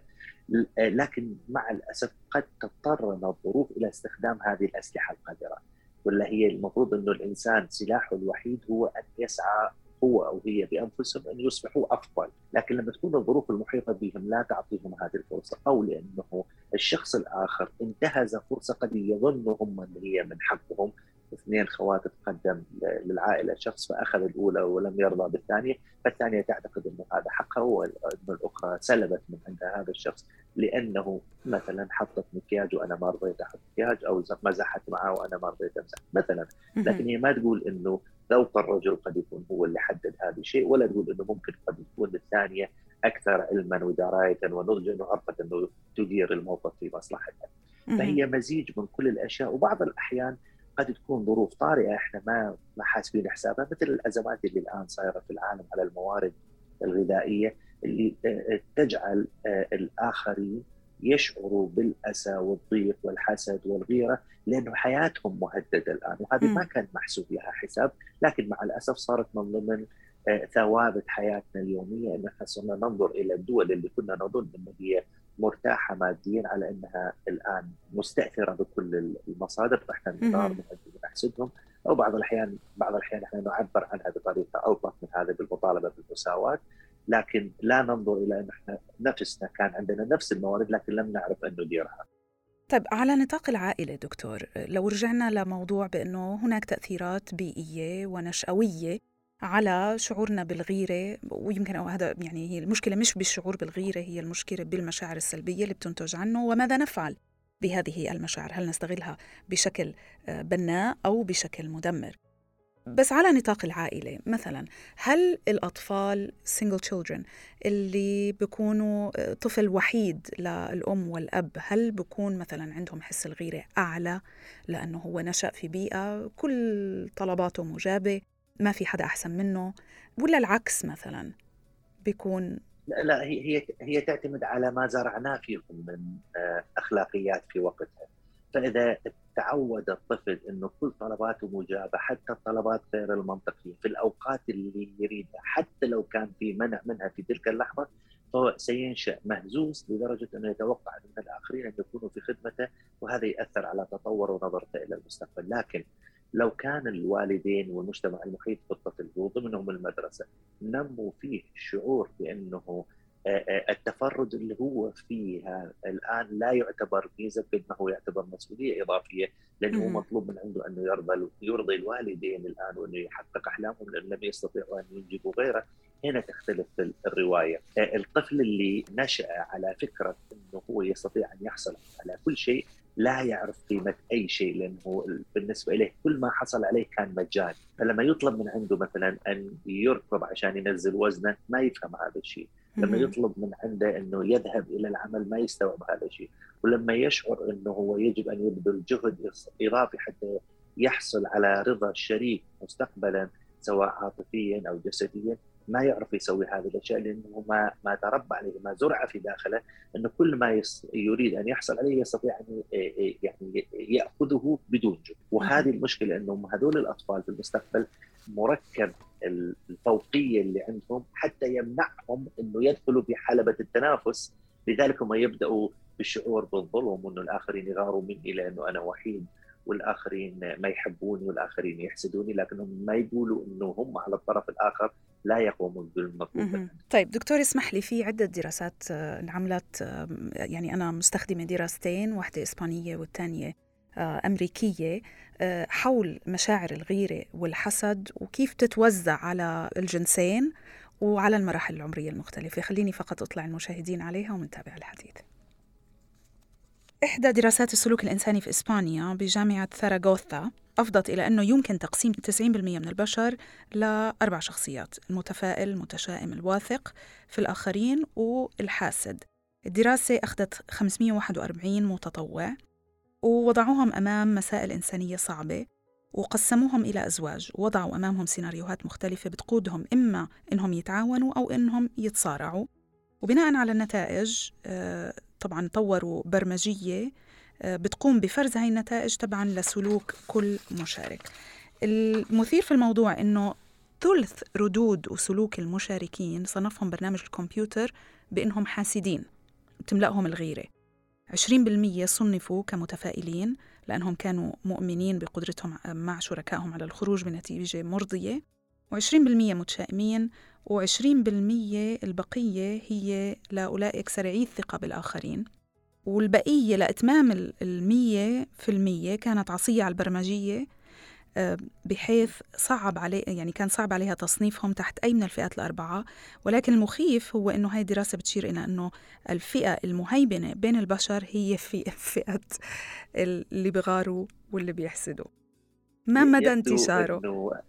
لكن مع الأسف قد تضطرنا الظروف إلى استخدام هذه الأسلحة القذرة، ولا هي المفروض أنه الإنسان سلاحه الوحيد هو أن يسعى هو أو هي بأنفسهم أن يصبحوا أفضل، لكن لما تكون الظروف المحيطة بهم لا تعطيهم هذه الفرصة، أو لأنه الشخص الآخر انتهز فرصة قد يظنهم أن هي من حقهم. اثنين خوات تقدم للعائلة شخص فأخذ الأولى ولم يرضى بالثانية، فالثانية تعتقد أنه هذا حقها وأن الأخرى سلبت من عند هذا الشخص لأنه مثلا حطت مكياج وأنا ما رضيت أحط مكياج، أو مزحت معه وأنا ما رضيت أمزح مثلا. لكن هي ما تقول أنه ذوق الرجل قد يكون هو اللي حدد هذا الشيء، ولا تقول أنه ممكن قد تكون الثانية أكثر علما ودراية ونضجا وعرفت أنه تدير الموقف في مصلحتها. فهي مزيج من كل الأشياء، وبعض الأحيان قد تكون ظروف طارئة احنا ما ما حاسبين حسابها، مثل الأزمات اللي الآن صايرة في العالم على الموارد الغذائية اللي تجعل الآخرين يشعروا بالأسى والضيق والحسد والغيرة لأنه حياتهم مهددة الآن، وهذه ما كان محسوب لها حساب، لكن مع الأسف صارت من ضمن ثوابت حياتنا اليومية، أن احنا صرنا ننظر إلى الدول اللي كنا نظن أن هي مرتاحة ماديا على أنها الآن مستأثرة بكل المصادر، فإحنا نضار نحسدهم، أو بعض الأحيان بعض الأحيان إحنا نعبر عنها بطريقة أوضح من هذا بالمطالبة بالمساواة. لكن لا ننظر إلى أن احنا نفسنا كان عندنا نفس الموارد لكن لم نعرف أن نديرها. طيب على نطاق العائلة دكتور، لو رجعنا لموضوع بأنه هناك تأثيرات بيئية ونشأوية على شعورنا بالغيرة، ويمكن أو هذا يعني هي المشكلة مش بالشعور بالغيرة، هي المشكلة بالمشاعر السلبية اللي بتنتج عنه، وماذا نفعل بهذه المشاعر؟ هل نستغلها بشكل بناء أو بشكل مدمر؟ بس على نطاق العائلة مثلا، هل الأطفال single children اللي بيكونوا طفل وحيد للأم والأب، هل بيكون مثلا عندهم حس الغيرة أعلى لأنه هو نشأ في بيئة كل طلباته مجابة ما في حدا أحسن منه، ولا العكس مثلا بيكون؟ لا, لا هي هي هي تعتمد على ما زرعناه فيهم من أخلاقيات في وقتها. فإذا تعود الطفل أنه كل طلباته مجابة حتى الطلبات غير المنطقية في الأوقات اللي يريدها حتى لو كان في منع منها في تلك اللحظة، فهو سينشأ مهزوز لدرجة أنه يتوقع من الآخرين أن يكونوا في خدمته، وهذا يأثر على تطور ونظرته إلى المستقبل. لكن لو كان الوالدين والمجتمع المحيط بالطفل وضمنهم المدرسة نموا فيه الشعور بأنه التفرد اللي هو فيها الآن لا يعتبر ميزة قد ما هو يعتبر مسؤولية إضافية، لأنه هو مطلوب من عنده أنه يرضى يرضي الوالدين الآن وأنه يحقق أحلامهم لأن لم يستطيعوا أن ينجبوا غيره. هنا تختلف الرواية. الطفل اللي نشأ على فكرة أنه هو يستطيع أن يحصل على كل شيء لا يعرف قيمة أي شيء، لأنه بالنسبة إليه كل ما حصل عليه كان مجان. فلما يطلب من عنده مثلا أن يركض عشان ينزل وزنه ما يفهم هذا الشيء، لما يطلب من عنده أنه يذهب إلى العمل ما يستوعب هذا الشيء، ولما يشعر أنه هو يجب أن يبذل جهد إضافي حتى يحصل على رضا الشريك مستقبلا سواء عاطفيا أو جسديا ما يعرف يسوي هذه الأشياء، لأنه ما ما تربى عليه، ما زرع في داخله أنه كل ما يس يريد أن يحصل عليه يستطيع أن يعني يأخذه بدون جهد. وهذه المشكلة أنهم هذول الأطفال في المستقبل مركب الفوقية اللي عندهم حتى يمنعهم أنه يدخلوا في حلبة التنافس، لذلك هم يبدأوا بالشعور بالظلم وأنه الآخرين يغاروا مني لأنه أنا وحيد والآخرين ما يحبوني والآخرين يحسدوني، لكنهم ما يقولوا أنه هم على الطرف الآخر لا يقومون بالمطلوب. طيب دكتور اسمح لي، في عدة دراسات انعملت، يعني أنا مستخدمة دراستين، واحدة إسبانية والثانية أمريكية، حول مشاعر الغيرة والحسد وكيف تتوزع على الجنسين وعلى المراحل العمرية المختلفة. خليني فقط أطلع المشاهدين عليها ومنتابع الحديث. إحدى دراسات السلوك الإنساني في إسبانيا بجامعة ثاراغوثا أفضت إلى أنه يمكن تقسيم تسعين بالمئة من البشر لأربع شخصيات: المتفائل، المتشائم، الواثق في الآخرين، والحاسد. الدراسة أخذت خمسمئة وواحد وأربعين متطوع ووضعوهم أمام مسائل إنسانية صعبة وقسموهم إلى أزواج، ووضعوا أمامهم سيناريوهات مختلفة بتقودهم إما إنهم يتعاونوا أو إنهم يتصارعوا. وبناء على النتائج طبعاً طوروا برمجية بتقوم بفرز هاي النتائج تبعاً لسلوك كل مشارك. المثير في الموضوع إنه ثلث ردود وسلوك المشاركين صنفهم برنامج الكمبيوتر بإنهم حاسدين تملأهم الغيرة. عشرين بالمئة صنفوا كمتفائلين لأنهم كانوا مؤمنين بقدرتهم مع شركائهم على الخروج بنتيجة مرضية، وعشرين بالمئة متشائمين، وعشرين بالمئة البقية هي لأولئك سريعي الثقة بالآخرين، والبقية لإتمام المية في المية كانت عصية على البرمجية، بحيث صعب عليه يعني كان صعب عليها تصنيفهم تحت أي من الفئات الأربعة. ولكن المخيف هو أنه هاي الدراسة بتشير إلى أنه الفئة المهيمنة بين البشر هي في فئة اللي بغاروا واللي بيحسدوا. ما مدى انتشاره؟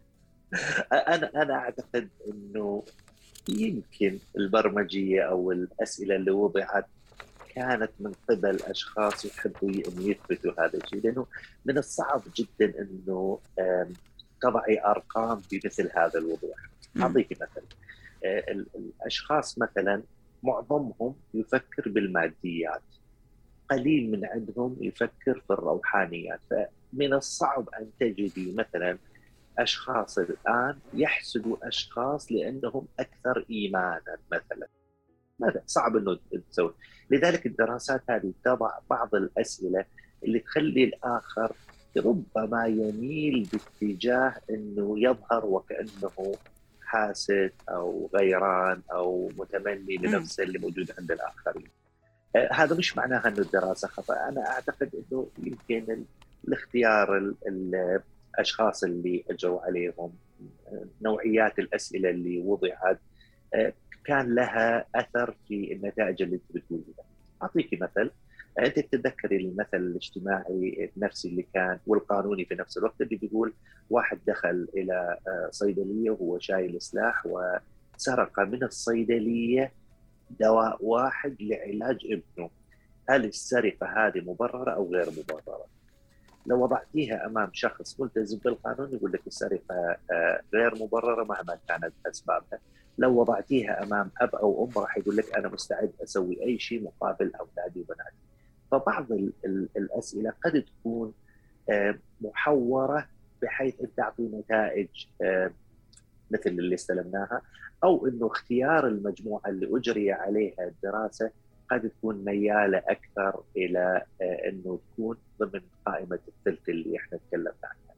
أنا أنا أعتقد أنه يمكن البرمجية أو الأسئلة اللي وضعت كانت من قبل أشخاص يحبوا أن يثبتوا هذا الشيء، لأنه من الصعب جدا أنه تضعي أرقام بمثل هذا الوضوح. أعطيك مثلا، الأشخاص مثلا معظمهم يفكر بالماديات، قليل من عندهم يفكر في الروحانيات. فمن الصعب أن تجدي مثلا أشخاص الآن يحسدوا أشخاص لأنهم أكثر إيمانا مثلا. ماذا صعب أنه تسوي. لذلك الدراسات هذه تضع بعض الأسئلة اللي تخلي الآخر ربما يميل باتجاه أنه يظهر وكأنه حاسد أو غيران أو متمني مم. لنفس اللي موجود عند الآخرين. آه، هذا مش معناها أن الدراسة خطأ. أنا أعتقد أنه يمكن ال- الاختيار ال- ال- الأشخاص اللي أجوا عليهم، آه، نوعيات الأسئلة اللي وضعت، آه، كان لها أثر في النتائج اللي أنت بتقولها. أعطيكي مثل. أنت تتذكري المثل الاجتماعي النفسي اللي كان والقانوني في نفس الوقت، اللي بيقول واحد دخل إلى آه، صيدلية وهو شايل سلاح وسرق من الصيدلية دواء واحد لعلاج ابنه. هل السرقة هذه مبررة أو غير مبررة؟ لو وضعتيها أمام شخص ملتزم بالقانون يقول لك السرقة آه، غير مبررة مهما كانت أسبابها. لو وضعتيها أمام أب أو أم راح يقول لك أنا مستعد أسوي أي شيء مقابل أولادي وبناتي. فبعض ال ال الأسئلة قد تكون آه، محورة بحيث أن تعطي نتائج آه، مثل اللي استلمناها، أو أنه اختيار المجموعة اللي أجري عليها الدراسة قد تكون ميالة أكثر إلى آه، أنه تكون ضمن قائمة الثلث اللي إحنا تكلمنا عنها.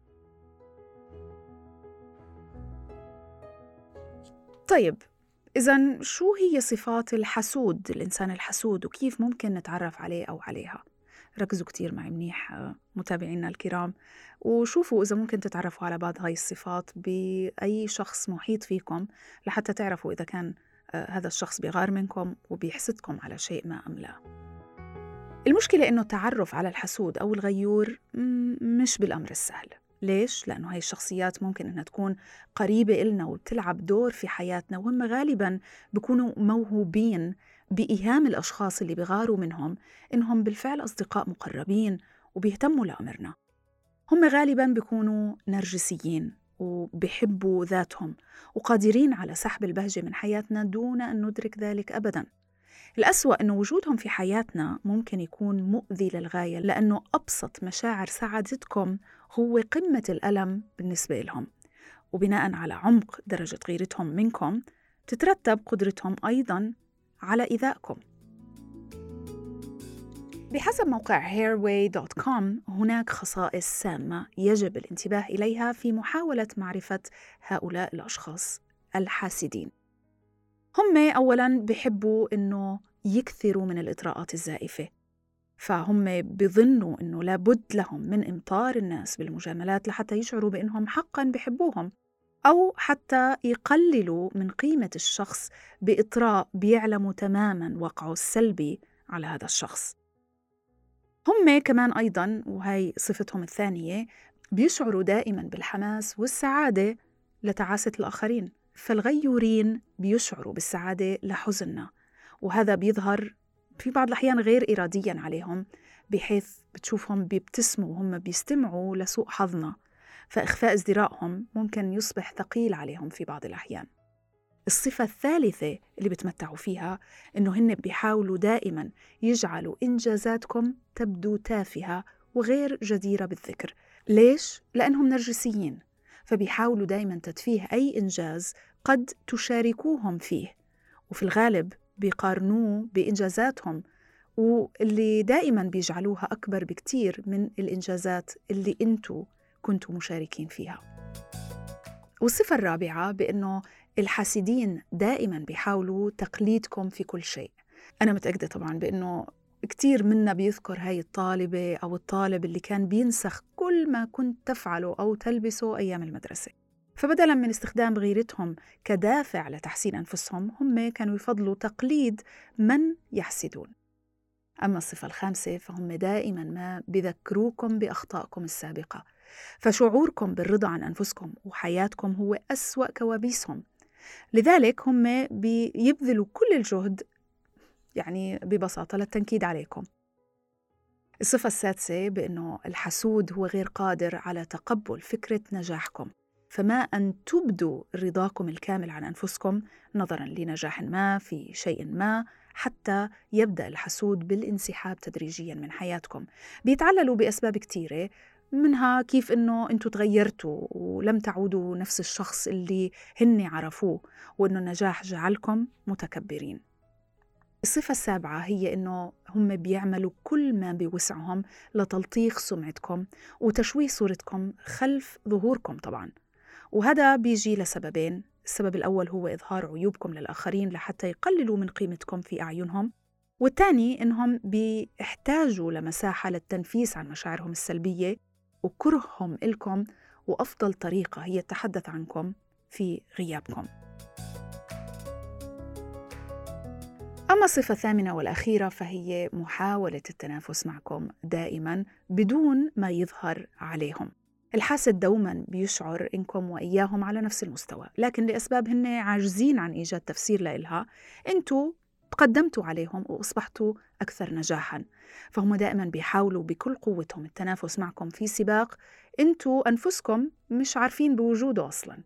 طيب، إذن شو هي صفات الحسود، الإنسان الحسود، وكيف ممكن نتعرف عليه أو عليها؟ ركزوا كتير معي منيح آه، متابعينا الكرام، وشوفوا إذا ممكن تتعرفوا على بعض هاي الصفات بأي شخص محيط فيكم لحتى تعرفوا إذا كان آه، هذا الشخص بيغار منكم وبيحسدكم على شيء ما أم لا. المشكلة إنه التعرف على الحسود أو الغيور م- مش بالأمر السهل. ليش؟ لأنه هاي الشخصيات ممكن إنها تكون قريبة إلنا وبتلعب دور في حياتنا، وهم غالباً بيكونوا موهوبين بإيهام الأشخاص اللي بيغاروا منهم إنهم بالفعل أصدقاء مقربين وبيهتموا لأمرنا. هم غالباً بيكونوا نرجسيين وبيحبوا ذاتهم وقادرين على سحب البهجة من حياتنا دون أن ندرك ذلك أبداً. الأسوأ أنه وجودهم في حياتنا ممكن يكون مؤذي للغاية، لأنه أبسط مشاعر سعادتكم هو قمة الألم بالنسبة لهم، وبناء على عمق درجة غيرتهم منكم تترتب قدرتهم أيضاً على إيذائكم. بحسب موقع هيروي دوت كوم هناك خصائص سامة يجب الانتباه إليها في محاولة معرفة هؤلاء الأشخاص الحاسدين. هم أولاً بيحبوا إنه يكثروا من الإطراءات الزائفة، فهم بيظنوا إنه لابد لهم من إمطار الناس بالمجاملات لحتى يشعروا بإنهم حقاً بيحبوهم، أو حتى يقللوا من قيمة الشخص بإطراء بيعلموا تماماً وقعه السلبي على هذا الشخص. هم كمان أيضاً، وهي صفتهم الثانية، بيشعروا دائماً بالحماس والسعادة لتعاسة الآخرين. فالغيورين بيشعروا بالسعادة لحزننا، وهذا بيظهر في بعض الأحيان غير إرادياً عليهم، بحيث بتشوفهم بيبتسموا وهم بيستمعوا لسوء حظنا، فإخفاء ازدراءهم ممكن يصبح ثقيل عليهم في بعض الأحيان. الصفة الثالثة اللي بتمتعوا فيها إنه هن بيحاولوا دائماً يجعلوا إنجازاتكم تبدو تافهة وغير جديرة بالذكر. ليش؟ لأنهم نرجسيين، فبيحاولوا دائماً تدفيه أي إنجاز قد تشاركوهم فيه، وفي الغالب بيقارنوه بإنجازاتهم، واللي دائماً بيجعلوها أكبر بكتير من الإنجازات اللي أنتوا كنتوا مشاركين فيها. والصفة الرابعة بأنه الحاسدين دائماً بيحاولوا تقليدكم في كل شيء. أنا متأكدة طبعاً بأنه كتير منا بيذكر هاي الطالبة أو الطالب اللي كان بينسخ كل ما كنت تفعله أو تلبسه أيام المدرسة، فبدلاً من استخدام غيرتهم كدافع لتحسين أنفسهم، هم كانوا يفضلوا تقليد من يحسدون. أما الصفة الخامسة فهم دائماً ما بذكروكم بأخطائكم السابقة، فشعوركم بالرضا عن أنفسكم وحياتكم هو أسوأ كوابيسهم، لذلك هم بيبذلوا كل الجهد يعني ببساطة للتنكيد عليكم. الصفة السادسة بأنه الحسود هو غير قادر على تقبل فكرة نجاحكم، فما أن تبدوا رضاكم الكامل عن أنفسكم نظراً لنجاح ما في شيء ما حتى يبدأ الحسود بالانسحاب تدريجياً من حياتكم. بيتعللوا بأسباب كتيرة، منها كيف إنه أنتوا تغيرتوا ولم تعودوا نفس الشخص اللي هن عرفوه، وإنه النجاح جعلكم متكبرين. الصفة السابعة هي إنه هم بيعملوا كل ما بوسعهم لتلطيخ سمعتكم وتشويه صورتكم خلف ظهوركم طبعاً، وهذا بيجي لسببين. السبب الأول هو إظهار عيوبكم للآخرين لحتى يقللوا من قيمتكم في أعينهم، والثاني إنهم بيحتاجوا لمساحة للتنفيس عن مشاعرهم السلبية وكرههم إلكم، وأفضل طريقة هي التحدث عنكم في غيابكم. أما الصفة الثامنة والأخيرة فهي محاولة التنافس معكم دائماً بدون ما يظهر عليهم. الحاسد دوماً بيشعر إنكم وإياهم على نفس المستوى، لكن لأسباب هن عاجزين عن إيجاد تفسير لإلها أنتوا تقدمتوا عليهم وأصبحتوا أكثر نجاحاً، فهم دائماً بيحاولوا بكل قوتهم التنافس معكم في سباق أنتوا أنفسكم مش عارفين بوجوده أصلاً.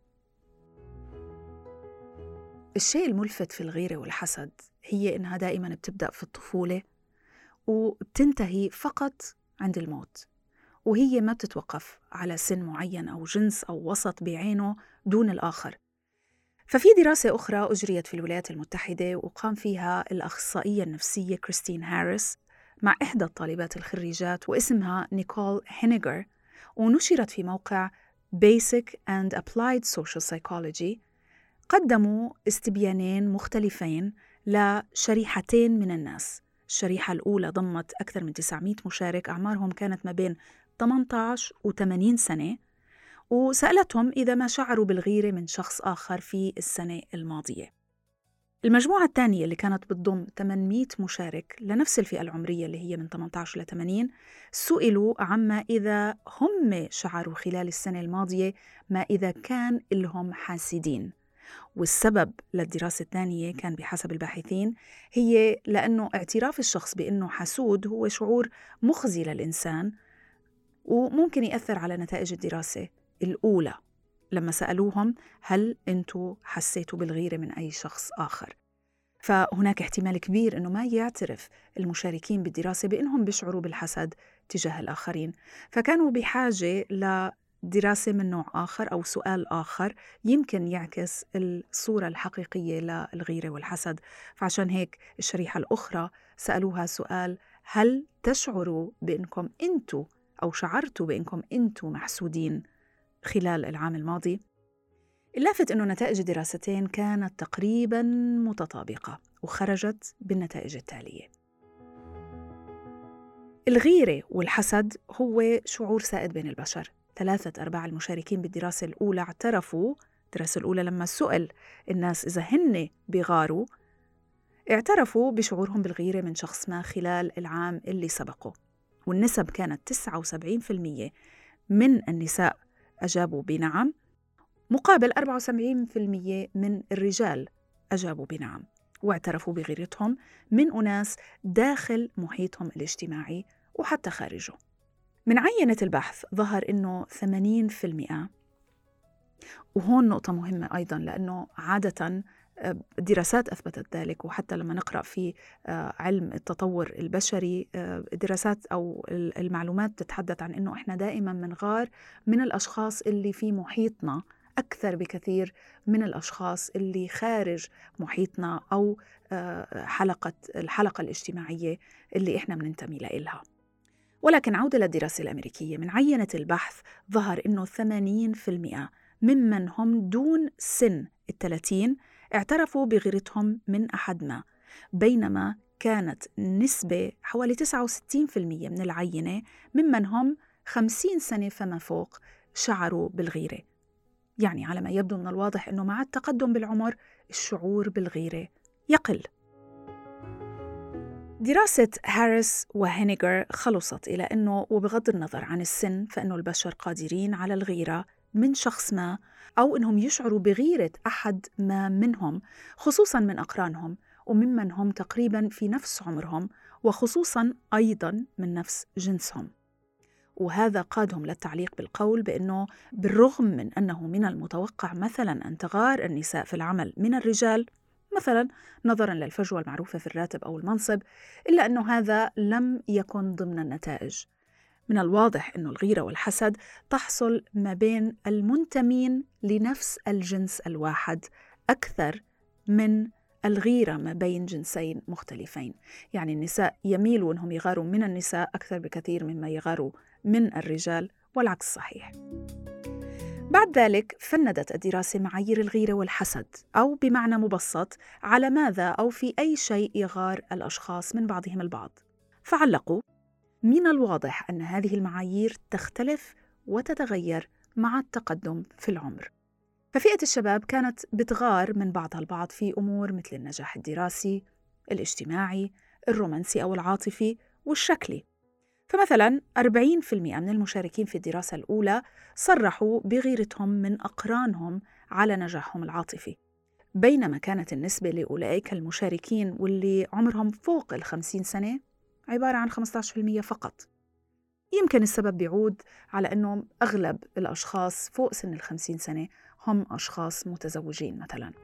الشيء الملفت في الغيرة والحسد هي إنها دائماً بتبدأ في الطفولة وبتنتهي فقط عند الموت، وهي ما بتتوقف على سن معين أو جنس أو وسط بعينه دون الآخر. ففي دراسة أخرى أجريت في الولايات المتحدة وقام فيها الأخصائية النفسية كريستين هاريس مع إحدى الطالبات الخريجات واسمها نيكول هينيغر، ونشرت في موقع Basic and Applied Social Psychology. قدموا استبيانين مختلفين لشريحتين من الناس. الشريحة الأولى ضمت أكثر من تسعمائة مشارك أعمارهم كانت ما بين ثمانية عشر و ثمانين سنة، وسألتهم إذا ما شعروا بالغيرة من شخص آخر في السنة الماضية. المجموعة الثانية اللي كانت بتضم ثمانمائة مشارك لنفس الفئة العمرية اللي هي من ثمانية عشر ل ثمانين سئلوا عما إذا هم شعروا خلال السنة الماضية ما إذا كان لهم حاسدين. والسبب للدراسة الثانية كان بحسب الباحثين هي لأنه اعتراف الشخص بأنه حسود هو شعور مخزي للإنسان، وممكن يأثر على نتائج الدراسة الأولى لما سألوهم هل أنتوا حسيتوا بالغيرة من أي شخص آخر. فهناك احتمال كبير أنه ما يعترف المشاركين بالدراسة بأنهم بيشعروا بالحسد تجاه الآخرين، فكانوا بحاجة لدراسة من نوع آخر أو سؤال آخر يمكن يعكس الصورة الحقيقية للغيرة والحسد. فعشان هيك الشريحة الأخرى سألوها سؤال هل تشعروا بأنكم أنتوا أو شعرتوا بأنكم أنتوا محسودين خلال العام الماضي؟ اللافت أنه نتائج الدراستين كانت تقريباً متطابقة وخرجت بالنتائج التالية. الغيرة والحسد هو شعور سائد بين البشر. ثلاثة أرباع المشاركين بالدراسة الأولى اعترفوا، الدراسة الأولى لما سئل الناس إذا هن بيغاروا اعترفوا بشعورهم بالغيرة من شخص ما خلال العام اللي سبقه، والنسب كانت تسعة وسبعين بالمئة من النساء أجابوا بنعم مقابل أربعة وسبعين بالمئة من الرجال أجابوا بنعم، واعترفوا بغيرتهم من أناس داخل محيطهم الاجتماعي وحتى خارجه. من عينة البحث ظهر أنه ثمانين بالمئة، وهون نقطة مهمة أيضاً لأنه عادة دراسات أثبتت ذلك، وحتى لما نقرأ في علم التطور البشري دراسات أو المعلومات تتحدث عن أنه إحنا دائماً منغار من الأشخاص اللي في محيطنا أكثر بكثير من الأشخاص اللي خارج محيطنا أو حلقة الحلقة الاجتماعية اللي إحنا بننتمي لها. ولكن عودة للدراسة الأمريكية، من عينة البحث ظهر أنه ثمانين بالمئة ممن هم دون سن الثلاثين اعترفوا بغيرتهم من أحد ما، بينما كانت نسبة حوالي تسعة وستين بالمئة من العينة ممن هم خمسين سنة فما فوق شعروا بالغيرة. يعني على ما يبدو من الواضح أنه مع التقدم بالعمر الشعور بالغيرة يقل. دراسة هاريس وهينيغر خلصت إلى أنه وبغض النظر عن السن فإنه البشر قادرين على الغيرة من شخص ما أو أنهم يشعروا بغيرة أحد ما منهم، خصوصاً من أقرانهم وممن هم تقريباً في نفس عمرهم، وخصوصاً أيضاً من نفس جنسهم. وهذا قادهم للتعليق بالقول بأنه بالرغم من أنه من المتوقع مثلاً أن تغار النساء في العمل من الرجال، مثلاً نظراً للفجوة المعروفة في الراتب أو المنصب، إلا أنه هذا لم يكن ضمن النتائج. من الواضح أن الغيرة والحسد تحصل ما بين المنتمين لنفس الجنس الواحد أكثر من الغيرة ما بين جنسين مختلفين. يعني النساء يميلوا أنهم يغاروا من النساء أكثر بكثير مما يغاروا من الرجال، والعكس صحيح. بعد ذلك فندت الدراسة معايير الغيرة والحسد، أو بمعنى مبسط على ماذا أو في أي شيء يغار الأشخاص من بعضهم البعض. فعلقوا: من الواضح أن هذه المعايير تختلف وتتغير مع التقدم في العمر. ففئة الشباب كانت بتغار من بعضها البعض في أمور مثل النجاح الدراسي، الاجتماعي، الرومانسي أو العاطفي والشكلي. فمثلاً أربعين بالمئة من المشاركين في الدراسة الأولى صرحوا بغيرتهم من أقرانهم على نجاحهم العاطفي، بينما كانت النسبة لأولئك المشاركين واللي عمرهم فوق الخمسين سنة عبارة عن خمسة عشر بالمئة فقط. يمكن السبب بيعود على أنه أغلب الأشخاص فوق سن الخمسين سنة هم أشخاص متزوجين مثلاً.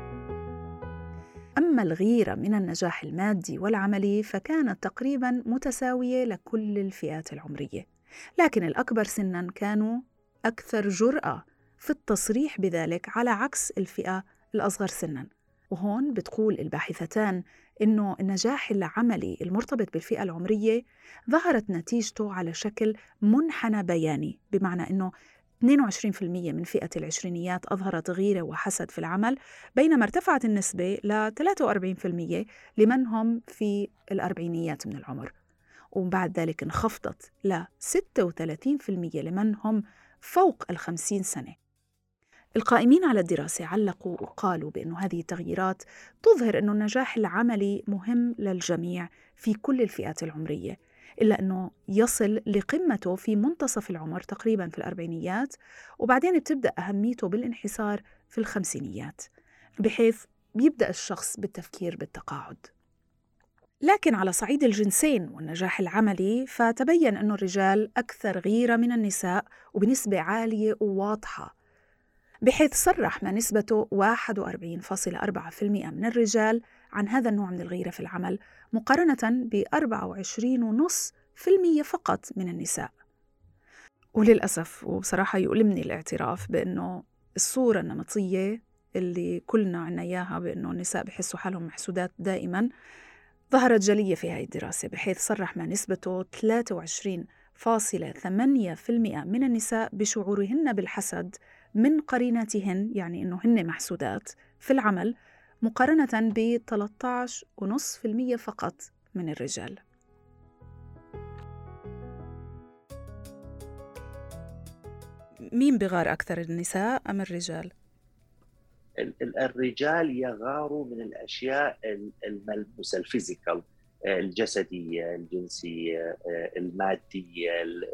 أما الغيرة من النجاح المادي والعملي فكانت تقريباً متساوية لكل الفئات العمرية، لكن الأكبر سناً كانوا أكثر جرأة في التصريح بذلك على عكس الفئة الأصغر سناً. وهون بتقول الباحثتان إنه النجاح العملي المرتبط بالفئة العمرية ظهرت نتيجته على شكل منحنى بياني، بمعنى إنه اثنين وعشرين بالمئة من فئة العشرينيات أظهرت غيرة وحسد في العمل، بينما ارتفعت النسبة ل ثلاثة وأربعين بالمئة لمن هم في الأربعينيات من العمر، وبعد ذلك انخفضت ل ستة وثلاثين بالمئة لمن هم فوق الخمسين سنة. القائمين على الدراسة علقوا وقالوا بأن هذه التغييرات تظهر أن النجاح العملي مهم للجميع في كل الفئات العمرية، إلا أنه يصل لقمته في منتصف العمر تقريباً في الأربعينيات، وبعدين بتبدأ أهميته بالانحسار في الخمسينيات، بحيث بيبدأ الشخص بالتفكير بالتقاعد. لكن على صعيد الجنسين والنجاح العملي فتبين أن الرجال أكثر غيرة من النساء وبنسبة عالية وواضحة، بحيث صرح ما نسبته واحد وأربعين فاصلة أربعة بالمئة من الرجال عن هذا النوع من الغيرة في العمل، مقارنة ب أربعة وعشرين فاصلة خمسة بالمئة فقط من النساء. وللأسف وبصراحة يؤلمني الاعتراف بأنه الصورة النمطية اللي كلنا عنا إياها بأنه النساء بحسوا حالهم محسودات دائما ظهرت جلية في هذه الدراسة، بحيث صرح ما نسبته ثلاثة وعشرين فاصلة ثمانية بالمئة من النساء بشعورهن بالحسد من قريناتهن، يعني أنه هن محسودات في العمل، مقارنة ب ثلاثة عشر فاصلة خمسة بالمئة فقط من الرجال. مين بغار أكثر، النساء أم الرجال؟ الرجال يغاروا من الأشياء الملموسة، الفيزيكال، الجسدية، الجنسية، المادية،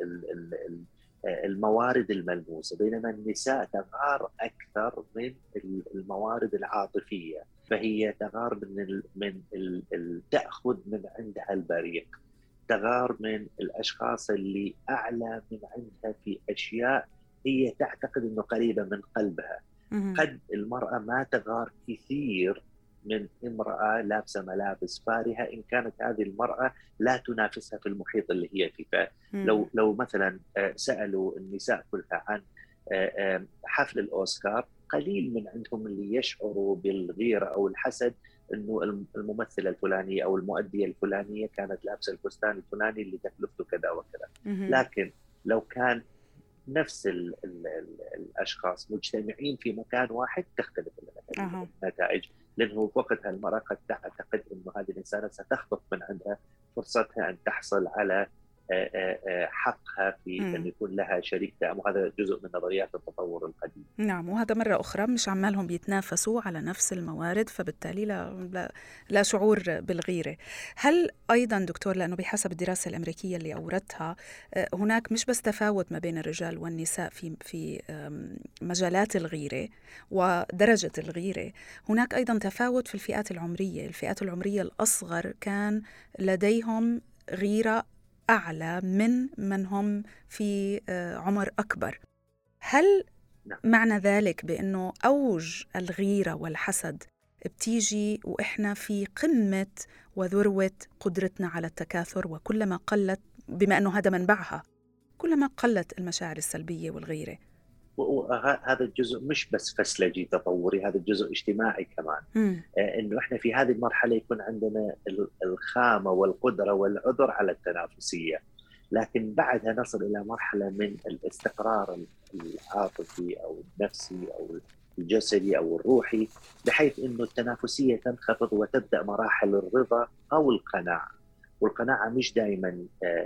الموارد الملموسة، بينما النساء تغار أكثر من الموارد العاطفية، فهي تغار من من تأخذ من عندها البريق، تغار من الأشخاص اللي أعلى من عندها في أشياء هي تعتقد أنه قريبة من قلبها. قد المرأة ما تغار كثير من امرأة لابسة ملابس فارهة إن كانت هذه المرأة لا تنافسها في المحيط اللي هي فيه. لو لو مثلا سألوا النساء كلها عن حفل الأوسكار، قليل من عندهم اللي يشعروا بالغيرة أو الحسد إنه الممثلة الفلانية أو المؤدية الفلانية كانت لابسة الفستان الفلاني اللي تكلفته كذا وكذا. لكن لو كان نفس ال ال ال الأشخاص مجتمعين في مكان واحد تختلف النتائج، لأنه وقتها المرأة قد تعتقد أنه هذه الإنسانة ستخطف من عندها فرصتها أن تحصل على حقها في مم. أن يكون لها شريك دائم، وهذا جزء من نظريات التطور القديم. نعم، وهذا مرة أخرى مش عمالهم بيتنافسوا على نفس الموارد، فبالتالي لا, لا, لا شعور بالغيرة. هل أيضا دكتور، لأنه بحسب الدراسة الأمريكية اللي أوردتها هناك مش بس تفاوت ما بين الرجال والنساء في, في مجالات الغيرة ودرجة الغيرة، هناك أيضا تفاوت في الفئات العمرية. الفئات العمرية الأصغر كان لديهم غيرة أعلى من من هم في عمر أكبر. هل معنى ذلك بأنه أوج الغيرة والحسد بتيجي وإحنا في قمة وذروة قدرتنا على التكاثر، وكلما قلت، بما أنه هذا منبعها، كلما قلت المشاعر السلبية والغيرة؟ وهذا الجزء مش بس فسلجي تطوري، هذا الجزء اجتماعي كمان. م. انه احنا في هذه المرحله يكون عندنا الخامه والقدره والعذر على التنافسيه، لكن بعدها نصل إلى مرحلة من الاستقرار العاطفي أو النفسي أو الجسدي أو الروحي، بحيث أنه التنافسية تنخفض وتبدأ مراحل الرضا أو القناعة. والقناعة مش دائما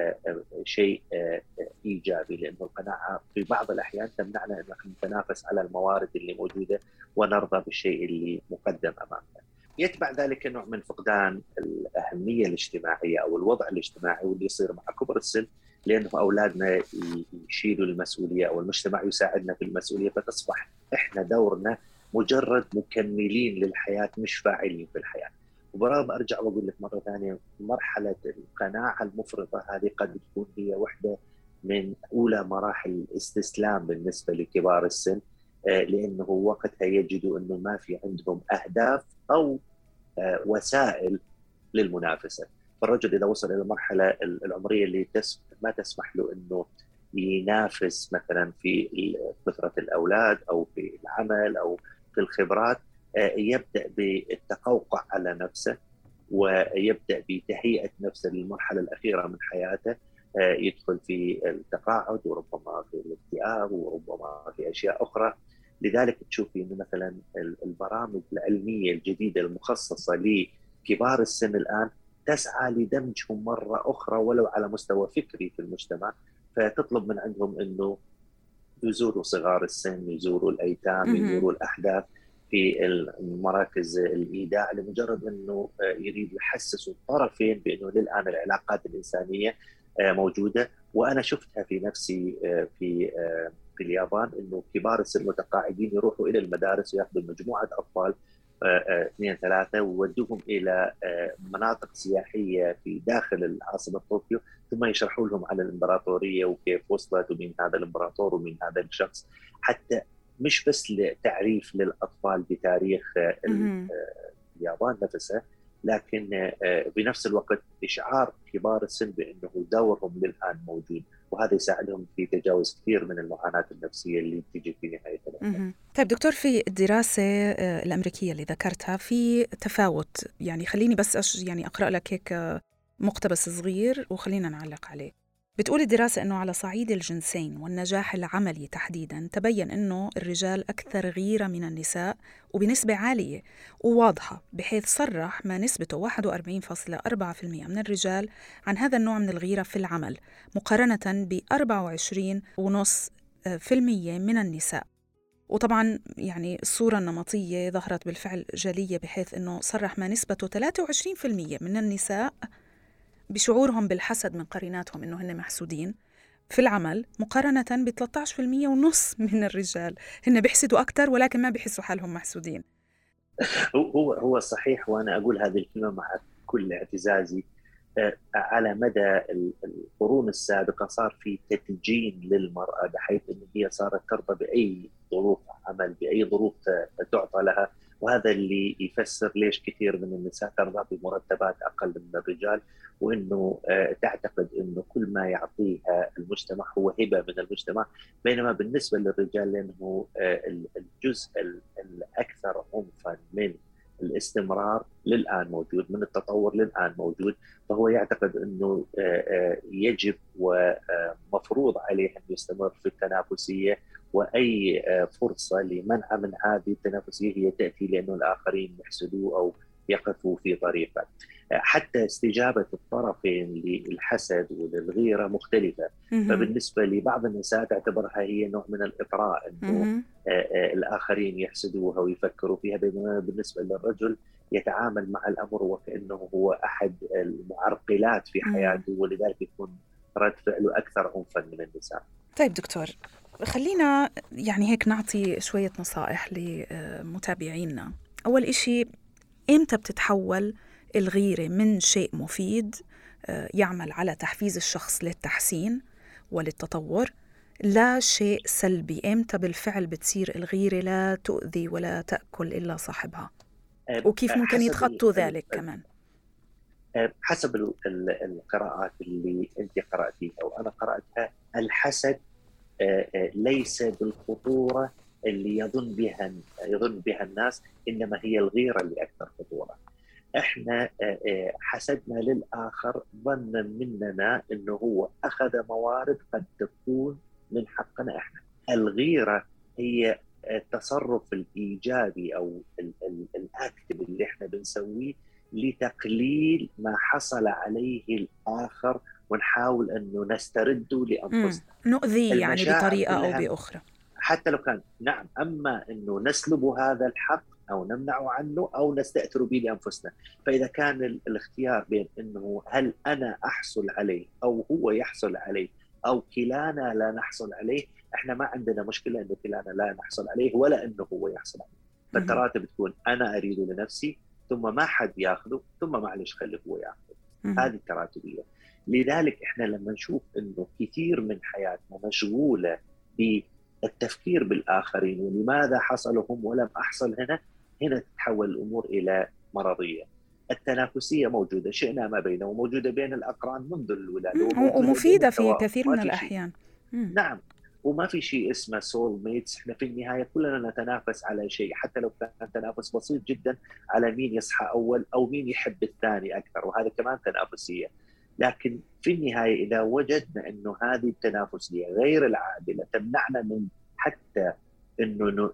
شيء إيجابي، لأن القناعة في بعض الأحيان تمنعنا أن نتنافس على الموارد اللي موجودة ونرضى بالشيء اللي مقدم أمامنا. يتبع ذلك نوع من فقدان الأهمية الاجتماعية أو الوضع الاجتماعي، واللي يصير مع كبر السن، لأنه أولادنا يشيلوا المسؤولية أو المجتمع يساعدنا في المسؤولية، فتصبح إحنا دورنا مجرد مكملين للحياة مش فاعلين في الحياة. وبرغم أرجع وأقول لك مرة ثانية، مرحلة القناعة المفرطة هذه قد تكون هي واحدة من أولى مراحل الاستسلام بالنسبة لكبار السن، لأنه وقتها يجدوا أنه ما في عندهم أهداف أو وسائل للمنافسة. فالرجل إذا وصل إلى المرحلة العمرية اللي ما تسمح له أنه ينافس مثلا في كثرة الأولاد أو في العمل أو في الخبرات، يبدأ بالتقوقع على نفسه ويبدأ بتهيئة نفسه للمرحلة الأخيرة من حياته، يدخل في التقاعد وربما في الاكتئاب وربما في أشياء أخرى. لذلك تشوفي إنه مثلا البرامج العلمية الجديدة المخصصة لكبار السن الآن تسعى لدمجهم مرة أخرى ولو على مستوى فكري في المجتمع، فتطلب من عندهم إنه يزوروا صغار السن، يزوروا الأيتام، يزوروا الأحداث في المراكز الإيداع، لمجرد أنه يريد يحسسوا الطرفين بأنه للآن العلاقات الإنسانية موجودة. وأنا شفتها في نفسي في في اليابان، أنه كبار السن متقاعدين يروحوا إلى المدارس ويأخذوا مجموعة أطفال اثنين ثلاثة ويودوهم إلى مناطق سياحية في داخل العاصمة طوكيو، ثم يشرحوا لهم على الإمبراطورية وكيف وصلت ومين هذا الإمبراطور ومين هذا الشخص، حتى مش بس لتعريف للأطفال بتاريخ اليابان نفسها، لكن بنفس الوقت إشعار كبار السن بأنه دورهم للآن موجود، وهذا يساعدهم في تجاوز كثير من المعاناة النفسية اللي تيجي في نهاية الأمر. طيب دكتور، في الدراسة الأمريكية اللي ذكرتها في تفاوت، يعني خليني بس أش يعني أقرأ لك هيك مقتبس صغير وخلينا نعلق عليه. بتقول الدراسة أنه على صعيد الجنسين والنجاح العملي تحديداً، تبين أنه الرجال أكثر غيرة من النساء وبنسبة عالية وواضحة، بحيث صرح ما نسبته واحد وأربعين فاصلة أربعة بالمئة من الرجال عن هذا النوع من الغيرة في العمل، مقارنة ب أربعة وعشرين فاصلة خمسة بالمئة من النساء. وطبعاً يعني الصورة النمطية ظهرت بالفعل جلية، بحيث أنه صرح ما نسبته ثلاثة وعشرين بالمئة من النساء بشعورهم بالحسد من قريناتهم إنه هن محسودين في العمل، مقارنة ب ثلاثة عشر بالمئة ونص من الرجال هن بيحسدوا أكتر ولكن ما بيحسوا حالهم محسودين. هو هو صحيح، وأنا أقول هذه الكلمة مع كل اعتزازي. على مدى القرون السابقة صار في تدجين للمرأة، بحيث أن هي صارت ترضى بأي ظروف عمل، بأي ظروف تعطى لها، وهذا اللي يفسر ليش كثير من النساء ترضى بمرتبات أقل من الرجال، وأنه تعتقد أنه كل ما يعطيها المجتمع هو هبة من المجتمع. بينما بالنسبة للرجال، لأنه الجزء الأكثر عنفا من الاستمرار للآن موجود، من التطور للآن موجود، فهو يعتقد أنه يجب ومفروض عليه أن يستمر في التنافسية، وأي فرصة لمنع من هذه التنافسية هي تأتي لأنه الآخرين يحسدوه أو يقفوا في طريقه. حتى استجابة الطرفين للحسد وللغيرة مختلفة. فبالنسبة لبعض النساء تعتبرها هي نوع من الإطراء، أنه الآخرين يحسدوها ويفكروا فيها، بينما بالنسبة للرجل يتعامل مع الأمر وكأنه هو أحد المعرقلات في حياته، ولذلك يكون رد فعله أكثر عنفا من النساء. طيب دكتور، خلينا يعني هيك نعطي شوية نصائح لمتابعينا. أول إشي، إمتى بتتحول الغيرة من شيء مفيد يعمل على تحفيز الشخص للتحسين وللتطور لا شيء سلبي؟ إمتى بالفعل بتصير الغيرة لا تؤذي ولا تأكل إلا صاحبها؟ وكيف ممكن يتخطوا ذلك كمان؟ حسب القراءات اللي أنت قرأتيها أو أنا قرأتها، الحسد ليس بالخطورة اللي يظن بها يظن بها الناس، إنما هي الغيرة اللي أكثر خطورة. احنا حسدنا للآخر ظنا مننا انه هو اخذ موارد قد تكون من حقنا احنا. الغيرة هي التصرف الإيجابي أو الأكتب اللي احنا بنسويه لتقليل ما حصل عليه الآخر ونحاول أنه نسترده لأنفسنا، نؤذي يعني بطريقة أو بأخرى حتى لو كان. نعم، أما أنه نسلبه هذا الحق أو نمنعه عنه أو نستأثر به لأنفسنا. فإذا كان الاختيار بين أنه هل أنا أحصل عليه أو هو يحصل عليه أو كلانا لا نحصل عليه، احنا ما عندنا مشكلة انه كلانا لا نحصل عليه ولا انه هو يحصل عليه. فالتراتب بتكون انا اريده لنفسي، ثم ما حد ياخذه، ثم معلش خليه هو ياخذه. هذه التراتبية. لذلك احنا لما نشوف انه كثير من حياتنا مشغولة بالتفكير بالاخرين ولماذا حصلوا هم ولم احصل هنا، هنا تتحول الامور الى مرضية. التنافسية موجودة، شئنا ما بينه، وموجودة بين الأقران منذ الولادة ومفيدة في كثير من الأحيان. نعم، وما في شيء اسمه سول ميتس. احنا في النهاية كلنا نتنافس على شيء، حتى لو كان تنافس بسيط جدا على مين يصحى أول أو مين يحب الثاني أكثر، وهذا كمان تنافسية. لكن في النهاية إذا وجدنا أنه هذه التنافسية غير العادلة تمنعنا من حتى أنه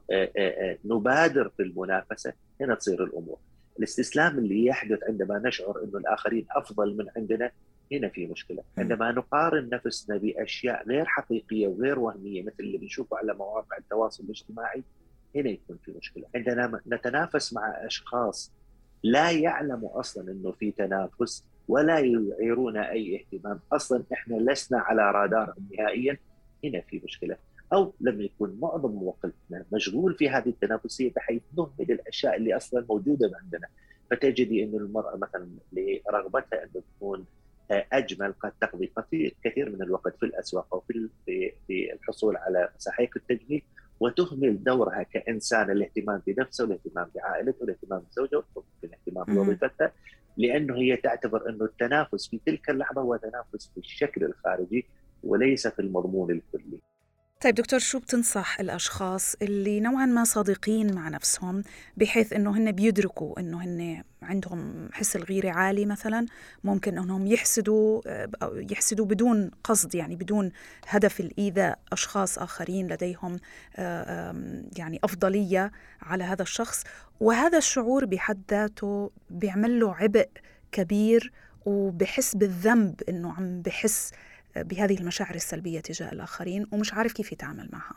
نبادر في المنافسة، هنا تصير الأمور. الاستسلام اللي يحدث عندما نشعر أنه الآخرين أفضل من عندنا، هنا في مشكلة. عندما نقارن نفسنا بأشياء غير حقيقية وغير وهمية مثل اللي بنشوفه على مواقع التواصل الاجتماعي، هنا يكون في مشكلة. عندما نتنافس مع أشخاص لا يعلموا أصلا أنه في تنافس ولا يعيرون أي اهتمام، أصلا إحنا لسنا على رادارهم نهائيا، هنا في مشكلة. أو لما يكون معظم وقتنا مشغول في هذه التنافسية بحيث نهمل الأشياء اللي أصلا موجودة عندنا. فتجدي أن المرأة مثلا لرغبتها أن تكون أجمل قد تقضي كثير من الوقت في الأسواق أو في في الحصول على مساحيق التجميل، وتهمل دورها كإنسان، الاهتمام بنفسه والاهتمام بعائلته والاهتمام بزوجها والاهتمام بوظيفتها، لأنه هي تعتبر أنه التنافس في تلك اللحظة هو تنافس في الشكل الخارجي وليس في المضمون الكلي. طيب دكتور، شو بتنصح الأشخاص اللي نوعاً ما صادقين مع نفسهم بحيث أنه هن بيدركوا أنه هن عندهم حس الغيرة عالي مثلاً، ممكن أنهم يحسدوا يحسدوا بدون قصد، يعني بدون هدف الإيذاء أشخاص آخرين لديهم يعني أفضلية على هذا الشخص، وهذا الشعور بحد ذاته بيعمل له عبء كبير وبحس بالذنب أنه عم بحس بهذه المشاعر السلبية تجاه الآخرين ومش عارف كيف يتعامل معها؟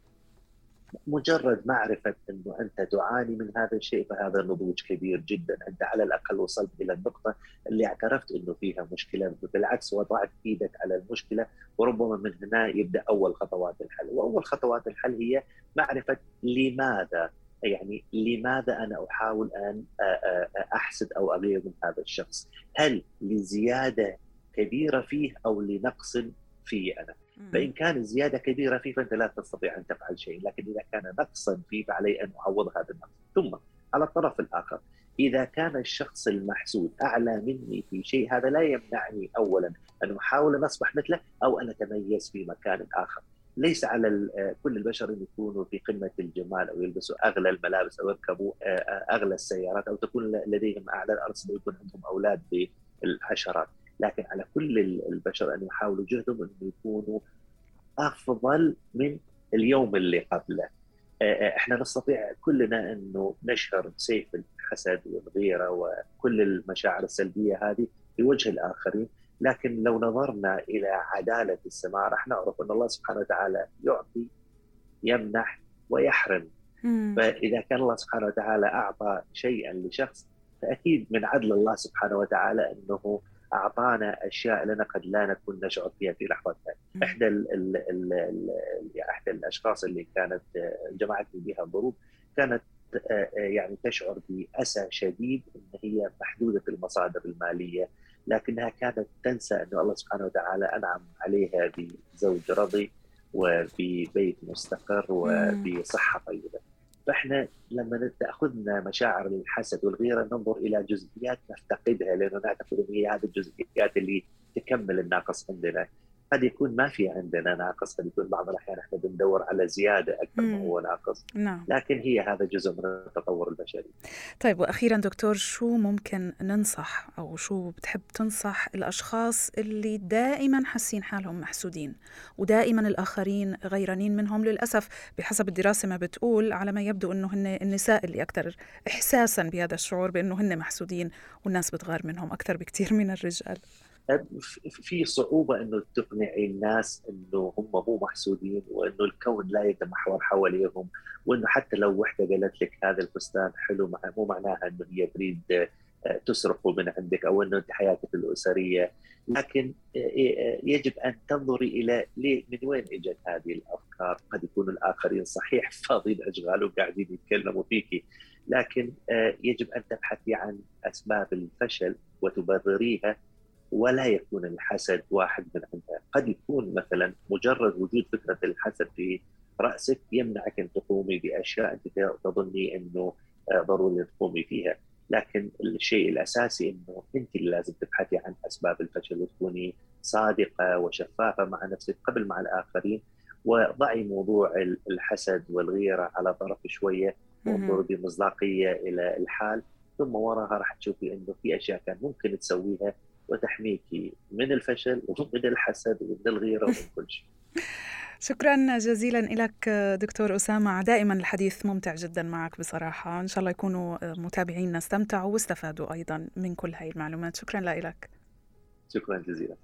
مجرد معرفة أنه أنت تعاني من هذا الشيء فهذا نضوج كبير جدا. أنت على الأقل وصلت إلى النقطة اللي اعترفت أنه فيها مشكلة، بالعكس وضعت إيدك على المشكلة، وربما من هنا يبدأ أول خطوات الحل. وأول خطوات الحل هي معرفة لماذا، يعني لماذا أنا أحاول أن أحسد أو أغير من هذا الشخص؟ هل لزيادة كبيرة فيه أو لنقص فيه أنا؟ فإن كان الزيادة كبيرة فيه فأنت لا تستطيع أن تفعل شيء، لكن إذا كان نقصا فيه فعلي أن أعوض هذا النقص. ثم على الطرف الآخر، إذا كان الشخص المحسود أعلى مني في شيء، هذا لا يمنعني أولا أن أحاول أن أصبح مثله أو أن أتميز في مكان آخر. ليس على كل البشر أن يكونوا في قمة الجمال أو يلبسوا أغلى الملابس أو يركبوا أغلى السيارات أو تكون لديهم أعلى الأرصدة ويكون عندهم أولاد بالعشرات، لكن على كل البشر أن يحاولوا جهدهم أن يكونوا أفضل من اليوم اللي قبله. إحنا نستطيع كلنا أنه نشهر سيف الحسد والغيرة وكل المشاعر السلبية هذه في وجه الآخرين، لكن لو نظرنا إلى عدالة السماء رح نعرف أن الله سبحانه وتعالى يعطي يمنح ويحرم. مم. فإذا كان الله سبحانه وتعالى أعطى شيئا لشخص، فأكيد من عدل الله سبحانه وتعالى أنه أعطانا أشياء لنا قد لا نكون نشعر فيها في لحظتها. إحدى ال ال ال ال إحدى الأشخاص اللي كانت جمعتني بها الظروف كانت يعني تشعر بأسى شديد أن هي محدودة المصادر المالية، لكنها كانت تنسى أن الله سبحانه وتعالى أنعم عليها بزوج رضي وببيت مستقر وبصحة طيبة. فإحنا لما تأخذنا مشاعر الحسد والغيرة ننظر إلى جزئيات نفتقدها، لأنه نعتقد أن هي هذه الجزئيات اللي تكمل الناقص عندنا. قد يكون ما في عندنا ناقص، قد يكون بعض الأحيان احنا بندور على زيادة أكثر ما هو ناقص. نعم. لكن هي هذا جزء من التطور البشري. طيب، وأخيرا دكتور، شو ممكن ننصح أو شو بتحب تنصح الأشخاص اللي دائما حاسين حالهم محسودين ودائما الآخرين غيرانين منهم؟ للأسف بحسب الدراسة ما بتقول، على ما يبدو أنه هن النساء اللي أكثر إحساسا بهذا الشعور بأنه هن محسودين والناس بتغار منهم أكثر بكتير من الرجال. في صعوبة أنه تقنعي الناس أنه هم مو محسودين، وأنه الكون لا يتمحور حواليهم، وأنه حتى لو وحدة قالت لك هذا الفستان حلو مو معناها أنه هي تريد تسرقه من عندك، أو أنه أنت حياتك الأسرية. لكن يجب أن تنظري إلى من وين إجت هذه الأفكار. قد يكون الآخرين صحيح فاضين أشغال وقاعدين يتكلموا فيك، لكن يجب أن تبحثي عن أسباب الفشل وتبرريها، ولا يكون الحسد واحد من عندها. قد يكون مثلا مجرد وجود فكرة الحسد في رأسك يمنعك أن تقومي بأشياء أنت تظني أنه ضروري تقومي فيها. لكن الشيء الأساسي أنه أنت اللي لازم تبحثي عن أسباب الفشل، وتكوني صادقة وشفافة مع نفسك قبل مع الآخرين، وضعي موضوع الحسد والغيرة على طرف شوية، وانظري بمصداقية إلى الحال، ثم وراها راح تشوفي أنه في أشياء كان ممكن تسويها وتحميكي من الفشل ومن الحسد ومن الغيرة ومن كل شيء. شكرا جزيلا لك دكتور أسامة، دائما الحديث ممتع جدا معك بصراحة. إن شاء الله يكونوا متابعينا استمتعوا واستفادوا أيضا من كل هاي المعلومات. شكرا لك. شكرا جزيلا.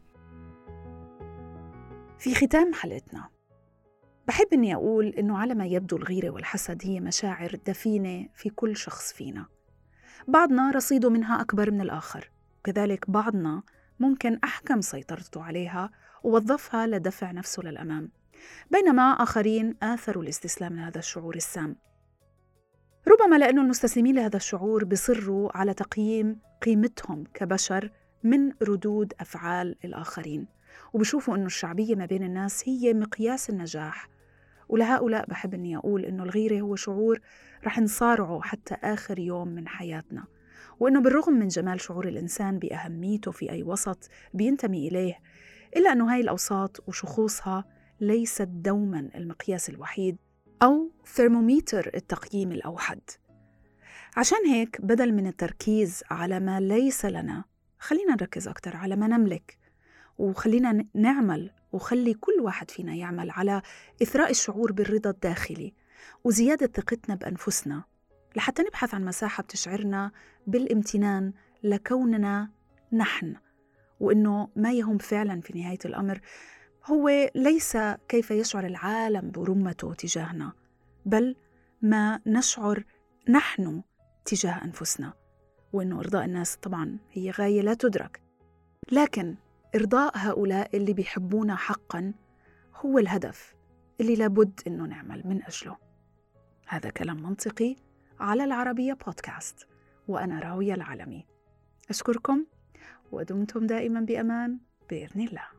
في ختام حلقتنا بحب أني أقول أنه على ما يبدو الغيرة والحسد هي مشاعر دفينة في كل شخص فينا. بعضنا رصيده منها أكبر من الآخر، وكذلك بعضنا ممكن أحكم سيطرته عليها ووظفها لدفع نفسه للأمام، بينما آخرين آثروا الاستسلام لهذا الشعور السام، ربما لأنه المستسلمين لهذا الشعور بصروا على تقييم قيمتهم كبشر من ردود أفعال الآخرين، وبشوفوا أنه الشعبية ما بين الناس هي مقياس النجاح. ولهؤلاء بحب أني أقول أنه الغيرة هو شعور رح نصارعه حتى آخر يوم من حياتنا، وأنه بالرغم من جمال شعور الإنسان بأهميته في أي وسط بينتمي إليه، إلا أنه هاي الأوساط وشخوصها ليست دوماً المقياس الوحيد أو ثرمومتر التقييم الأوحد. عشان هيك بدل من التركيز على ما ليس لنا، خلينا نركز أكتر على ما نملك، وخلينا نعمل وخلي كل واحد فينا يعمل على إثراء الشعور بالرضا الداخلي وزيادة ثقتنا بأنفسنا، لحتى نبحث عن مساحة بتشعرنا بالامتنان لكوننا نحن، وإنه ما يهم فعلا في نهاية الأمر هو ليس كيف يشعر العالم برمته تجاهنا، بل ما نشعر نحن تجاه أنفسنا، وإنه إرضاء الناس طبعا هي غاية لا تدرك، لكن إرضاء هؤلاء اللي بيحبونا حقا هو الهدف اللي لابد إنه نعمل من أجله. هذا كلام منطقي على العربية بودكاست، وأنا راوية العلمي. أشكركم ودمتم دائما بأمان بإذن الله.